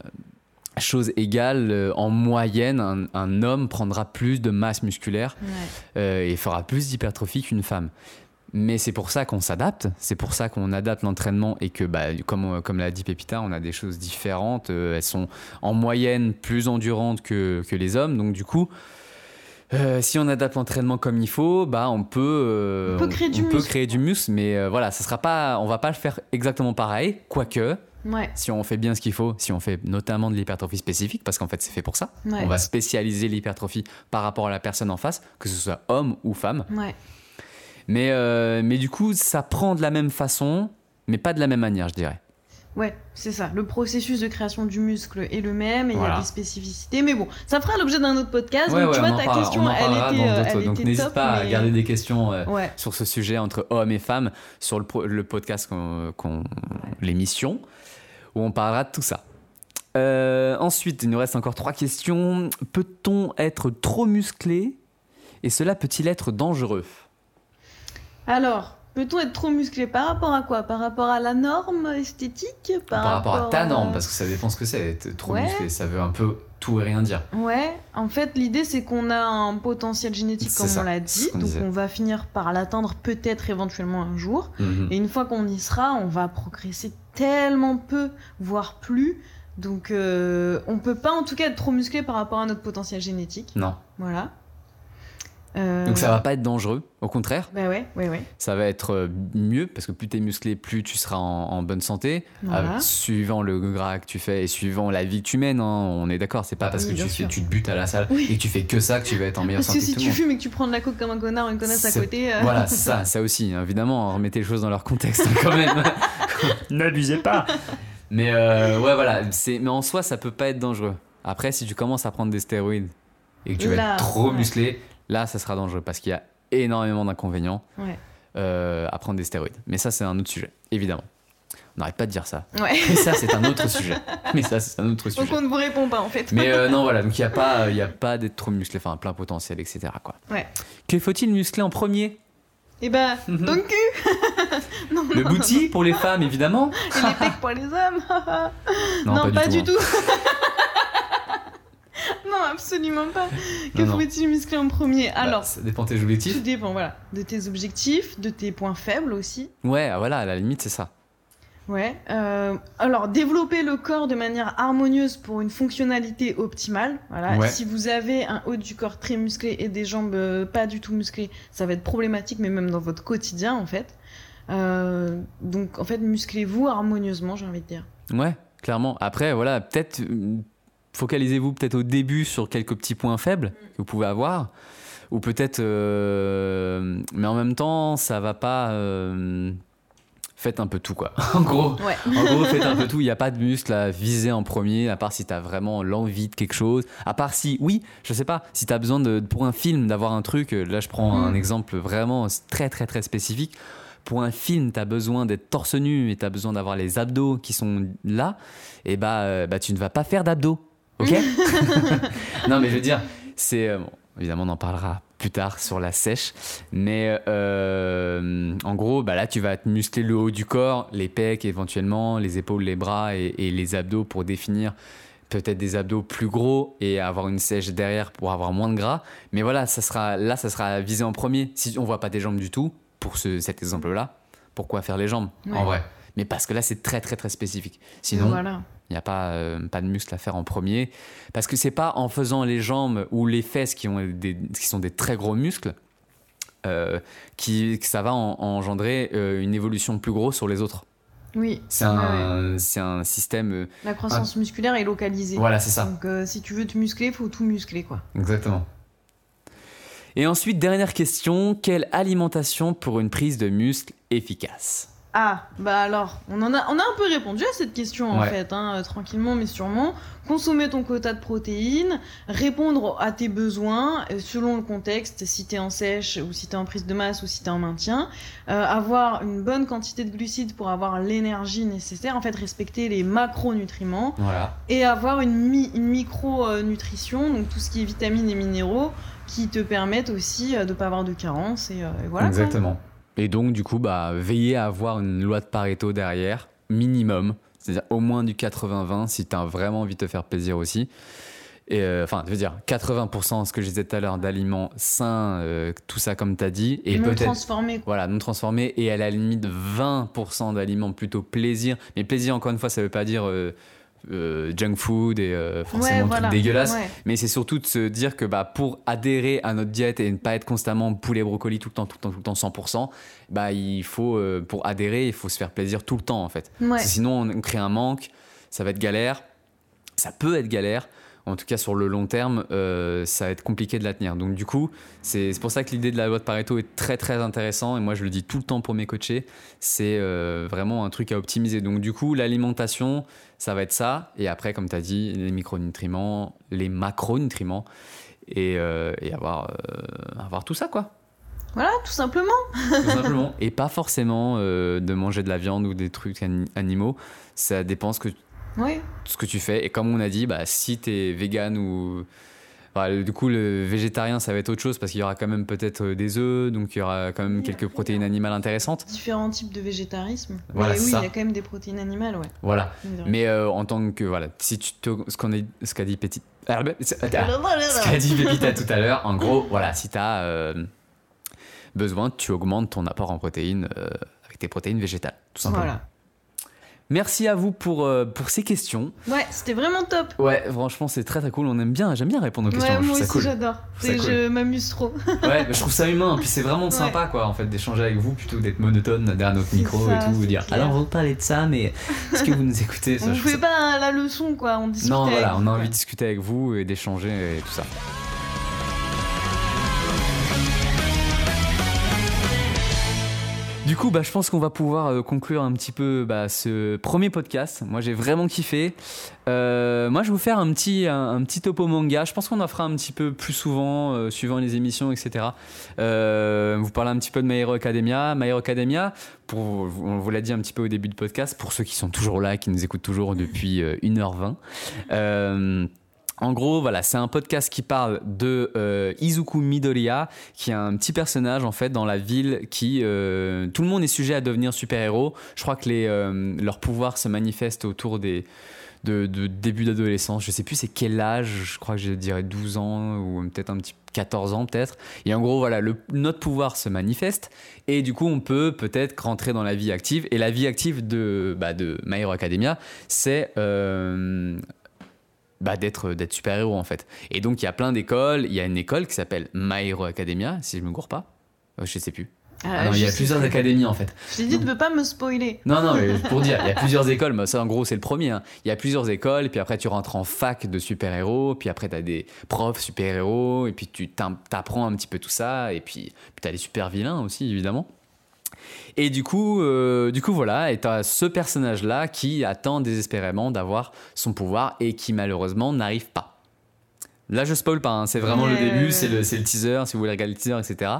chose égale, euh, en moyenne, un, un homme prendra plus de masse musculaire Ouais. euh, et fera plus d'hypertrophie qu'une femme. Mais c'est pour ça qu'on s'adapte, c'est pour ça qu'on adapte l'entraînement et que, bah, comme, on- comme l'a dit Pépita, on a des choses différentes. Euh, elles sont en moyenne plus endurantes que, que les hommes. Donc du coup, euh, si on adapte l'entraînement comme il faut, bah, on peut, euh, On peut créer du peut muscle. créer du muscle. Mais euh, voilà, ça sera pas, on va pas le faire exactement pareil, quoique. Ouais. Si on fait bien ce qu'il faut, si on fait notamment de l'hypertrophie spécifique, parce qu'en fait c'est fait pour ça, Ouais. on va spécialiser l'hypertrophie par rapport à la personne en face, que ce soit homme ou femme. Ouais. Mais, euh, mais du coup, ça prend de la même façon, mais pas de la même manière, je dirais. Ouais, c'est ça. Le processus de création du muscle est le même et il y Voilà. a des spécificités. Mais bon, ça fera l'objet d'un autre podcast. Ouais, donc ouais, tu on vois, en ta parlera- question, on en elle parlera était, dans euh, d'autres- elle Donc était n'hésite top, pas à mais- garder des questions euh, Ouais. sur ce sujet entre hommes et femmes sur le, pro- le podcast, qu'on, qu'on- l'émission, où on parlera de tout ça. Euh, ensuite, il nous reste encore trois questions. Peut-on être trop musclé et cela peut-il être dangereux? Alors, peut-on être trop musclé par rapport à quoi? Par rapport à la norme esthétique? Par, rapport à ta norme, parce que ça dépend ce que c'est. Être trop Ouais. musclé, ça veut un peu tout et rien dire. Ouais, en fait, l'idée c'est qu'on a un potentiel génétique, C'est comme ça, on l'a c'est dit, ce qu'on donc disait. on va finir par l'atteindre peut-être éventuellement un jour. Mhm. Et une fois qu'on y sera, on va progresser tellement peu, voire plus. Donc euh, on peut pas en tout cas être trop musclé par rapport à notre potentiel génétique. Non. Voilà. Euh, Donc ça va pas être dangereux, au contraire. Bah ouais, ouais, ouais. Ça va être euh, mieux parce que plus t'es musclé, plus tu seras en, en bonne santé. Voilà. Euh, suivant le gras que tu fais et suivant la vie que tu mènes, hein, on est d'accord. C'est pas Ah parce oui, que tu, bien fais, sûr. tu te butes à la salle Oui. et que tu fais que ça que tu vas être en meilleure Parce que santé si que tout tu le monde. fumes et que tu prends de la coke comme un connard ou une connasse à C'est- côté. euh, Voilà, c'est ça, ça aussi. hein. Évidemment, remettez les choses dans leur contexte hein, quand même. N'abusez pas. Mais euh, ouais, voilà. C'est, mais en soi, ça peut pas être dangereux. Après, si tu commences à prendre des stéroïdes et que tu vas Là, être trop ouais. musclé, là, ça sera dangereux parce qu'il y a énormément d'inconvénients Ouais. euh, à prendre des stéroïdes. Mais ça, c'est un autre sujet, évidemment. On n'arrête pas de dire ça. Ouais. Mais ça, c'est un autre sujet. Mais ça, c'est un autre Donc sujet. on ne vous répond pas en fait. Mais euh, non, voilà. Donc il y a pas, il y a pas d'être trop musclé, enfin plein potentiel, et cetera. Quoi. Ouais. Que faut-il muscler en premier? Et bah, Mhm. ton cul. Non, Le non, booty pour les femmes, évidemment. Et les pecs pour les hommes. Non, pas, du tout. hein. Non, absolument pas. Que Non, non. faut-il muscler en premier? Bah, Alors, ça dépend de tes tout objectifs. dépend, voilà, de tes objectifs, de tes points faibles aussi. Ouais, voilà, à la limite, c'est ça. Ouais. euh, alors, développer le corps de manière harmonieuse pour une fonctionnalité optimale. Voilà. Ouais. Si vous avez un haut du corps très musclé et des jambes euh, pas du tout musclées, ça va être problématique, mais même dans votre quotidien, en fait. Euh, donc, en fait, musclez-vous harmonieusement, j'ai envie de dire. Ouais, clairement. Après, voilà, peut-être euh, focalisez-vous peut-être au début sur quelques petits points faibles que vous pouvez avoir, ou peut-être, euh, mais en même temps, ça va pas. euh, Faites un peu tout, quoi. En gros. Ouais. En gros, faites un peu tout. Il n'y a pas de muscle à viser en premier, à part si tu as vraiment l'envie de quelque chose. À part si, oui, je sais pas, si tu as besoin de, pour un film d'avoir un truc. Là, je prends Mm. un exemple vraiment très, très, très spécifique. pour un film, tu as besoin d'être torse nu et tu as besoin d'avoir les abdos qui sont là, et bah, euh, bah tu ne vas pas faire d'abdos. Ok. Non, mais je veux dire, c'est. Euh, bon, évidemment, on en parlera plus tard sur la sèche. Mais euh, en gros, bah là, tu vas te muscler le haut du corps, les pecs éventuellement, les épaules, les bras et, et les abdos pour définir peut-être des abdos plus gros et avoir une sèche derrière pour avoir moins de gras. Mais voilà, ça sera, là, ça sera visé en premier. Si on ne voit pas tes jambes du tout, pour ce, cet exemple-là, pourquoi faire les jambes ouais. en vrai? Mais parce que là, c'est très, très, très spécifique. Sinon. Voilà. Il n'y a pas, euh, pas de muscles à faire en premier. Parce que ce n'est pas en faisant les jambes ou les fesses qui, ont des, qui sont des très gros muscles euh, qui, que ça va en, engendrer euh, une évolution plus grosse sur les autres. Oui. C'est un, ouais. c'est un système... Euh, La croissance un... musculaire est localisée. Voilà, c'est ça. Donc euh, si tu veux te muscler, il faut tout muscler, quoi. Exactement. Et ensuite, dernière question. Quelle alimentation pour une prise de muscle efficace? Ah, bah alors, on, en a, on a un peu répondu à cette question en ouais. fait, hein, euh, tranquillement mais sûrement. Consommer ton quota de protéines, répondre à tes besoins euh, selon le contexte, si t'es en sèche ou si t'es en prise de masse ou si t'es en maintien. Euh, avoir une bonne quantité de glucides pour avoir l'énergie nécessaire, en fait respecter les macronutriments. Voilà. Et avoir une, mi- une micronutrition, donc tout ce qui est vitamines et minéraux, qui te permettent aussi euh, de pas avoir de carence et, euh, et voilà. Exactement. Quoi. Et donc, du coup, bah, veillez à avoir une loi de Pareto derrière, minimum, c'est-à-dire au moins du quatre-vingts vingt si tu as vraiment envie de te faire plaisir aussi. Et, euh, enfin, je veux dire, quatre-vingts pour cent, ce que je disais tout à l'heure, d'aliments sains, euh, tout ça comme tu as dit. Et non peut-être, transformés. Voilà, non transformés. Et à la limite, vingt pour cent d'aliments plutôt plaisir. Mais plaisir, encore une fois, ça ne veut pas dire... Euh, Euh, junk food et euh, forcément ouais, tout voilà. dégueulasse ouais. mais c'est surtout de se dire que bah, pour adhérer à notre diète et ne pas être constamment poulet brocoli tout le temps tout le temps tout le temps cent pour cent bah, il faut euh, pour adhérer il faut se faire plaisir tout le temps en fait ouais. sinon on crée un manque, ça va être galère, ça peut être galère. En tout cas, sur le long terme, euh, ça va être compliqué de la tenir. Donc, du coup, c'est, c'est pour ça que l'idée de la loi de Pareto est très, très intéressante. Et moi, je le dis tout le temps pour mes coachés. C'est euh, vraiment un truc à optimiser. Donc, du coup, l'alimentation, ça va être ça. Et après, comme tu as dit, les micronutriments, les macronutriments. Et, euh, et avoir, euh, avoir tout ça, quoi. Voilà, tout simplement. Tout simplement. Et pas forcément euh, de manger de la viande ou des trucs animaux. Ça dépend ce que Oui. ce que tu fais. Et comme on a dit, bah, si tu es vegan ou... Enfin, du coup, le végétarien, ça va être autre chose parce qu'il y aura quand même peut-être des œufs, donc il y aura quand même oui, quelques protéines animales intéressantes. Différents types de végétarisme. Voilà, Mais oui, ça. il y a quand même des protéines animales, ouais. Voilà. Mais euh, en tant que... Voilà, si tu te... Ce, qu'on a... ce qu'a dit Petit... Ce qu'a dit Pépita tout à l'heure, en gros, voilà, si tu as euh, besoin, tu augmentes ton apport en protéines euh, avec tes protéines végétales, tout simplement. Voilà. Merci à vous pour, euh, pour ces questions. Ouais, c'était vraiment top. Ouais, franchement, c'est très très cool. On aime bien, j'aime bien répondre aux questions. Ouais, moi je aussi, cool. j'adore. Je, cool. je m'amuse trop. Ouais, je trouve ça humain. Puis c'est vraiment ouais. sympa, quoi, en fait, d'échanger avec vous plutôt que d'être monotone derrière notre c'est micro ça, et tout. Dire, clair. Alors, on va parler de ça, mais est-ce que vous nous écoutez ça, on fait ça... pas la leçon, quoi. On discute. Non, voilà, on a envie ouais. de discuter avec vous et d'échanger et tout ça. Du coup, bah, je pense qu'on va pouvoir euh, conclure un petit peu bah, ce premier podcast. Moi, j'ai vraiment kiffé. Euh, moi, je vais vous faire un petit, un, un petit topo manga. Je pense qu'on en fera un petit peu plus souvent, euh, suivant les émissions, et cetera. Euh, vous parlez un petit peu de My Hero Academia. My Hero Academia, pour, on vous l'a dit un petit peu au début du podcast, pour ceux qui sont toujours là, qui nous écoutent toujours depuis euh, une heure vingt. Euh, En gros, voilà, c'est un podcast qui parle de euh, Izuku Midoriya, qui est un petit personnage en fait dans la ville qui euh, tout le monde est sujet à devenir super-héros. Je crois que les euh, leurs pouvoirs se manifestent autour des de, de début d'adolescence. Je sais plus c'est quel âge. Je crois que je dirais douze ans ou peut-être un petit quatorze ans peut-être. Et en gros, voilà, le, notre pouvoir se manifeste et du coup, on peut peut-être rentrer dans la vie active. Et la vie active de bah, de My Hero Academia, c'est euh, Bah d'être, d'être super-héros en fait. Et donc il y a plein d'écoles, il y a une école qui s'appelle My Hero Academia, si je me gourre pas, euh, je sais plus. Ah, ah non, il y a plusieurs académies en fait. Je t'ai dit donc... de ne pas me spoiler. Non, non, mais pour dire, il y a plusieurs écoles, mais ça en gros c'est le premier. Hein. Il y a plusieurs écoles, puis après tu rentres en fac de super-héros, puis après tu as des profs super-héros, et puis tu t'apprends un petit peu tout ça, et puis, puis tu as les super-vilains aussi évidemment. Et du coup, euh, du coup voilà, et t'as ce personnage-là qui attend désespérément d'avoir son pouvoir et qui malheureusement n'arrive pas. Là, je spoil pas, hein, c'est vraiment ouais, le début, ouais. c'est, le, c'est le teaser, si vous voulez regarder le teaser, et cetera.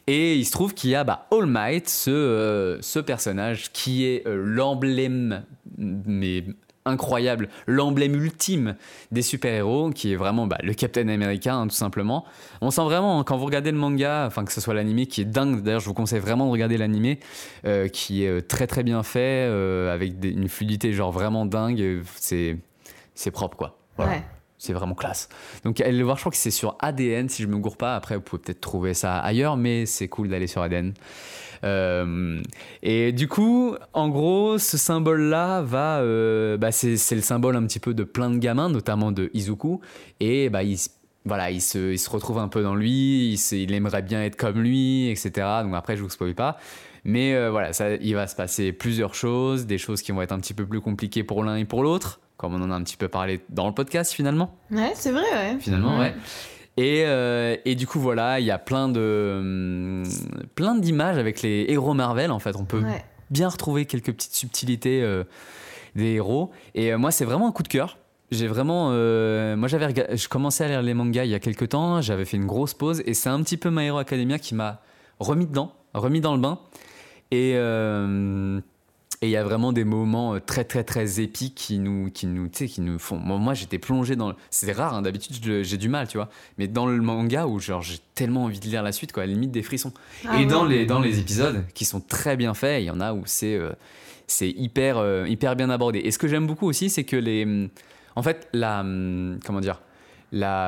Et il se trouve qu'il y a bah, All Might, ce, euh, ce personnage qui est euh, l'emblème, mais incroyable, l'emblème ultime des super-héros, qui est vraiment bah, le Captain America, hein, tout simplement. On sent vraiment, hein, quand vous regardez le manga, enfin que ce soit l'animé, qui est dingue, d'ailleurs je vous conseille vraiment de regarder l'animé, euh, qui est euh, très très bien fait, euh, avec des, une fluidité genre vraiment dingue, c'est, c'est propre quoi. Voilà. Ouais. C'est vraiment classe. Donc allez le voir, je crois que c'est sur A D N si je me gourre pas. Après vous pouvez peut-être trouver ça ailleurs, mais c'est cool d'aller sur A D N. Euh, et du coup, en gros, ce symbole-là va, euh, bah c'est, c'est le symbole un petit peu de plein de gamins, notamment de Izuku. Et bah il, voilà, il se, il se retrouve un peu dans lui. Il, se, il aimerait bien être comme lui, et cetera. Donc après, je vous spoil pas. Mais euh, voilà, ça, il va se passer plusieurs choses, des choses qui vont être un petit peu plus compliquées pour l'un et pour l'autre, comme on en a un petit peu parlé dans le podcast finalement. Ouais, c'est vrai, ouais. Finalement, ouais. ouais. Et, euh, et du coup, voilà, il y a plein de plein d'images avec les héros Marvel. En fait, on peut ouais. bien retrouver quelques petites subtilités euh, des héros. Et euh, moi, c'est vraiment un coup de cœur. J'ai vraiment, euh, moi, j'avais, rega- je commençais à lire les mangas il y a quelques temps. J'avais fait une grosse pause, et c'est un petit peu My Hero Academia qui m'a remis dedans, remis dans le bain. Et euh, et il y a vraiment des moments très très très épiques qui nous qui nous tu sais qui nous font moi, moi j'étais plongé dans le... c'est rare hein, d'habitude je, j'ai du mal tu vois, mais dans le manga où genre j'ai tellement envie de lire la suite quoi, à la limite des frissons. Ah, et ouais. dans les dans les épisodes qui sont très bien faits, il y en a où c'est euh, c'est hyper euh, hyper bien abordé. Et ce que j'aime beaucoup aussi, c'est que les en fait la comment dire la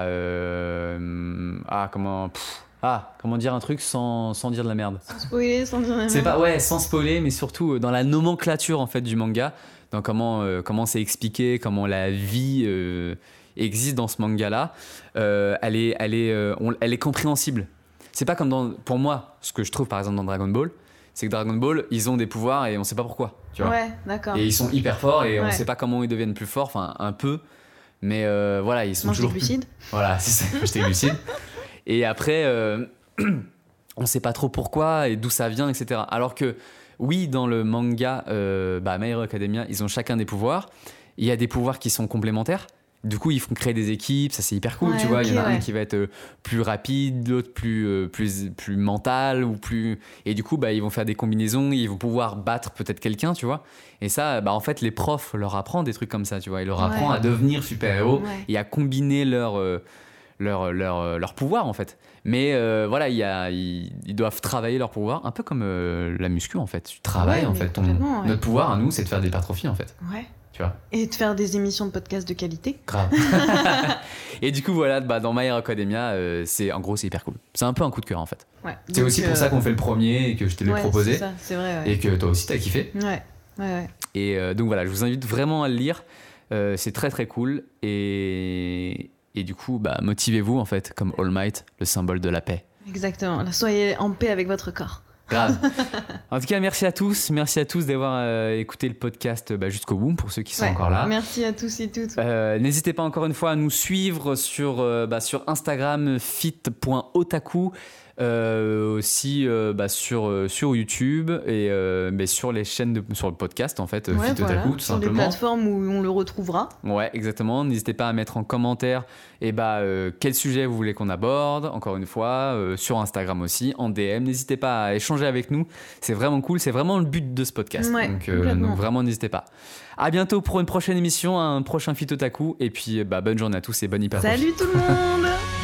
euh, ah comment pff, Ah, comment dire un truc sans, sans dire de la merde. Sans spoiler, sans dire de la merde. C'est pas, ouais, sans spoiler, mais surtout dans la nomenclature en fait du manga, dans comment, euh, comment c'est expliqué, comment la vie euh, existe dans ce manga-là. Euh, elle est, elle est, euh, on, elle est compréhensible. C'est pas comme dans, pour moi, ce que je trouve par exemple dans Dragon Ball, c'est que Dragon Ball, ils ont des pouvoirs et on sait pas pourquoi. Tu vois. Ouais, d'accord. Et ils sont hyper forts et ouais. on sait pas comment ils deviennent plus forts, enfin un peu, mais euh, voilà, ils sont Mange toujours. Mange des glucides. Voilà, c'est ça, j'étais glucides. Et après, euh, on ne sait pas trop pourquoi et d'où ça vient, et cetera. Alors que, oui, dans le manga euh, bah, My Hero Academia, ils ont chacun des pouvoirs. Il y a des pouvoirs qui sont complémentaires. Du coup, ils font créer des équipes. Ça, c'est hyper cool, ouais, tu vois. Okay, il y en a ouais. un qui va être plus rapide, l'autre plus, euh, plus, plus mental. Ou plus... Et du coup, bah, ils vont faire des combinaisons. Ils vont pouvoir battre peut-être quelqu'un, tu vois. Et ça, bah, en fait, les profs leur apprennent des trucs comme ça, tu vois. Ils leur ouais. apprennent à devenir super-héros ouais. et à combiner leur... Euh, Leur, leur, leur pouvoir en fait, mais euh, voilà, y a, y, ils doivent travailler leur pouvoir un peu comme euh, la muscu en fait. Tu travailles ouais, en fait ton, ouais. notre pouvoir à nous, c'est de faire de l'hypertrophie en fait. Ouais. Tu vois. Et de faire des émissions de podcast de qualité. Grave. Et du coup voilà, bah, dans My Hero Academia, euh, c'est en gros c'est hyper cool. C'est un peu un coup de cœur en fait. Ouais. C'est aussi euh... pour ça qu'on fait le premier et que je te l'ai ouais, proposé. C'est ça, c'est vrai. Ouais. Et que toi aussi t'as kiffé. Ouais. Ouais, ouais. Et euh, donc voilà, je vous invite vraiment à le lire. Euh, c'est très très cool et Et du coup, bah, motivez-vous en fait, comme All Might, le symbole de la paix. Exactement, soyez en paix avec votre corps. Grave. En tout cas, merci à tous. Merci à tous d'avoir euh, écouté le podcast bah, jusqu'au bout, pour ceux qui sont ouais, encore là. Merci à tous et toutes. Euh, n'hésitez pas encore une fois à nous suivre sur, euh, bah, sur Instagram, fit point otaku. Euh, aussi euh, bah, sur, euh, sur YouTube et euh, bah, sur les chaînes, de, sur le podcast en fait, ouais, Fit voilà, Otaku tout sur simplement. Sur les plateformes où on le retrouvera. Ouais, exactement. N'hésitez pas à mettre en commentaire et bah, euh, quel sujet vous voulez qu'on aborde, encore une fois, euh, sur Instagram aussi, en D M. N'hésitez pas à échanger avec nous. C'est vraiment cool. C'est vraiment le but de ce podcast. Ouais, donc, euh, donc vraiment, n'hésitez pas. À bientôt pour une prochaine émission, un prochain Fit Otaku. Et puis, bah, bonne journée à tous et bonne hypertrophie. Salut tout le monde.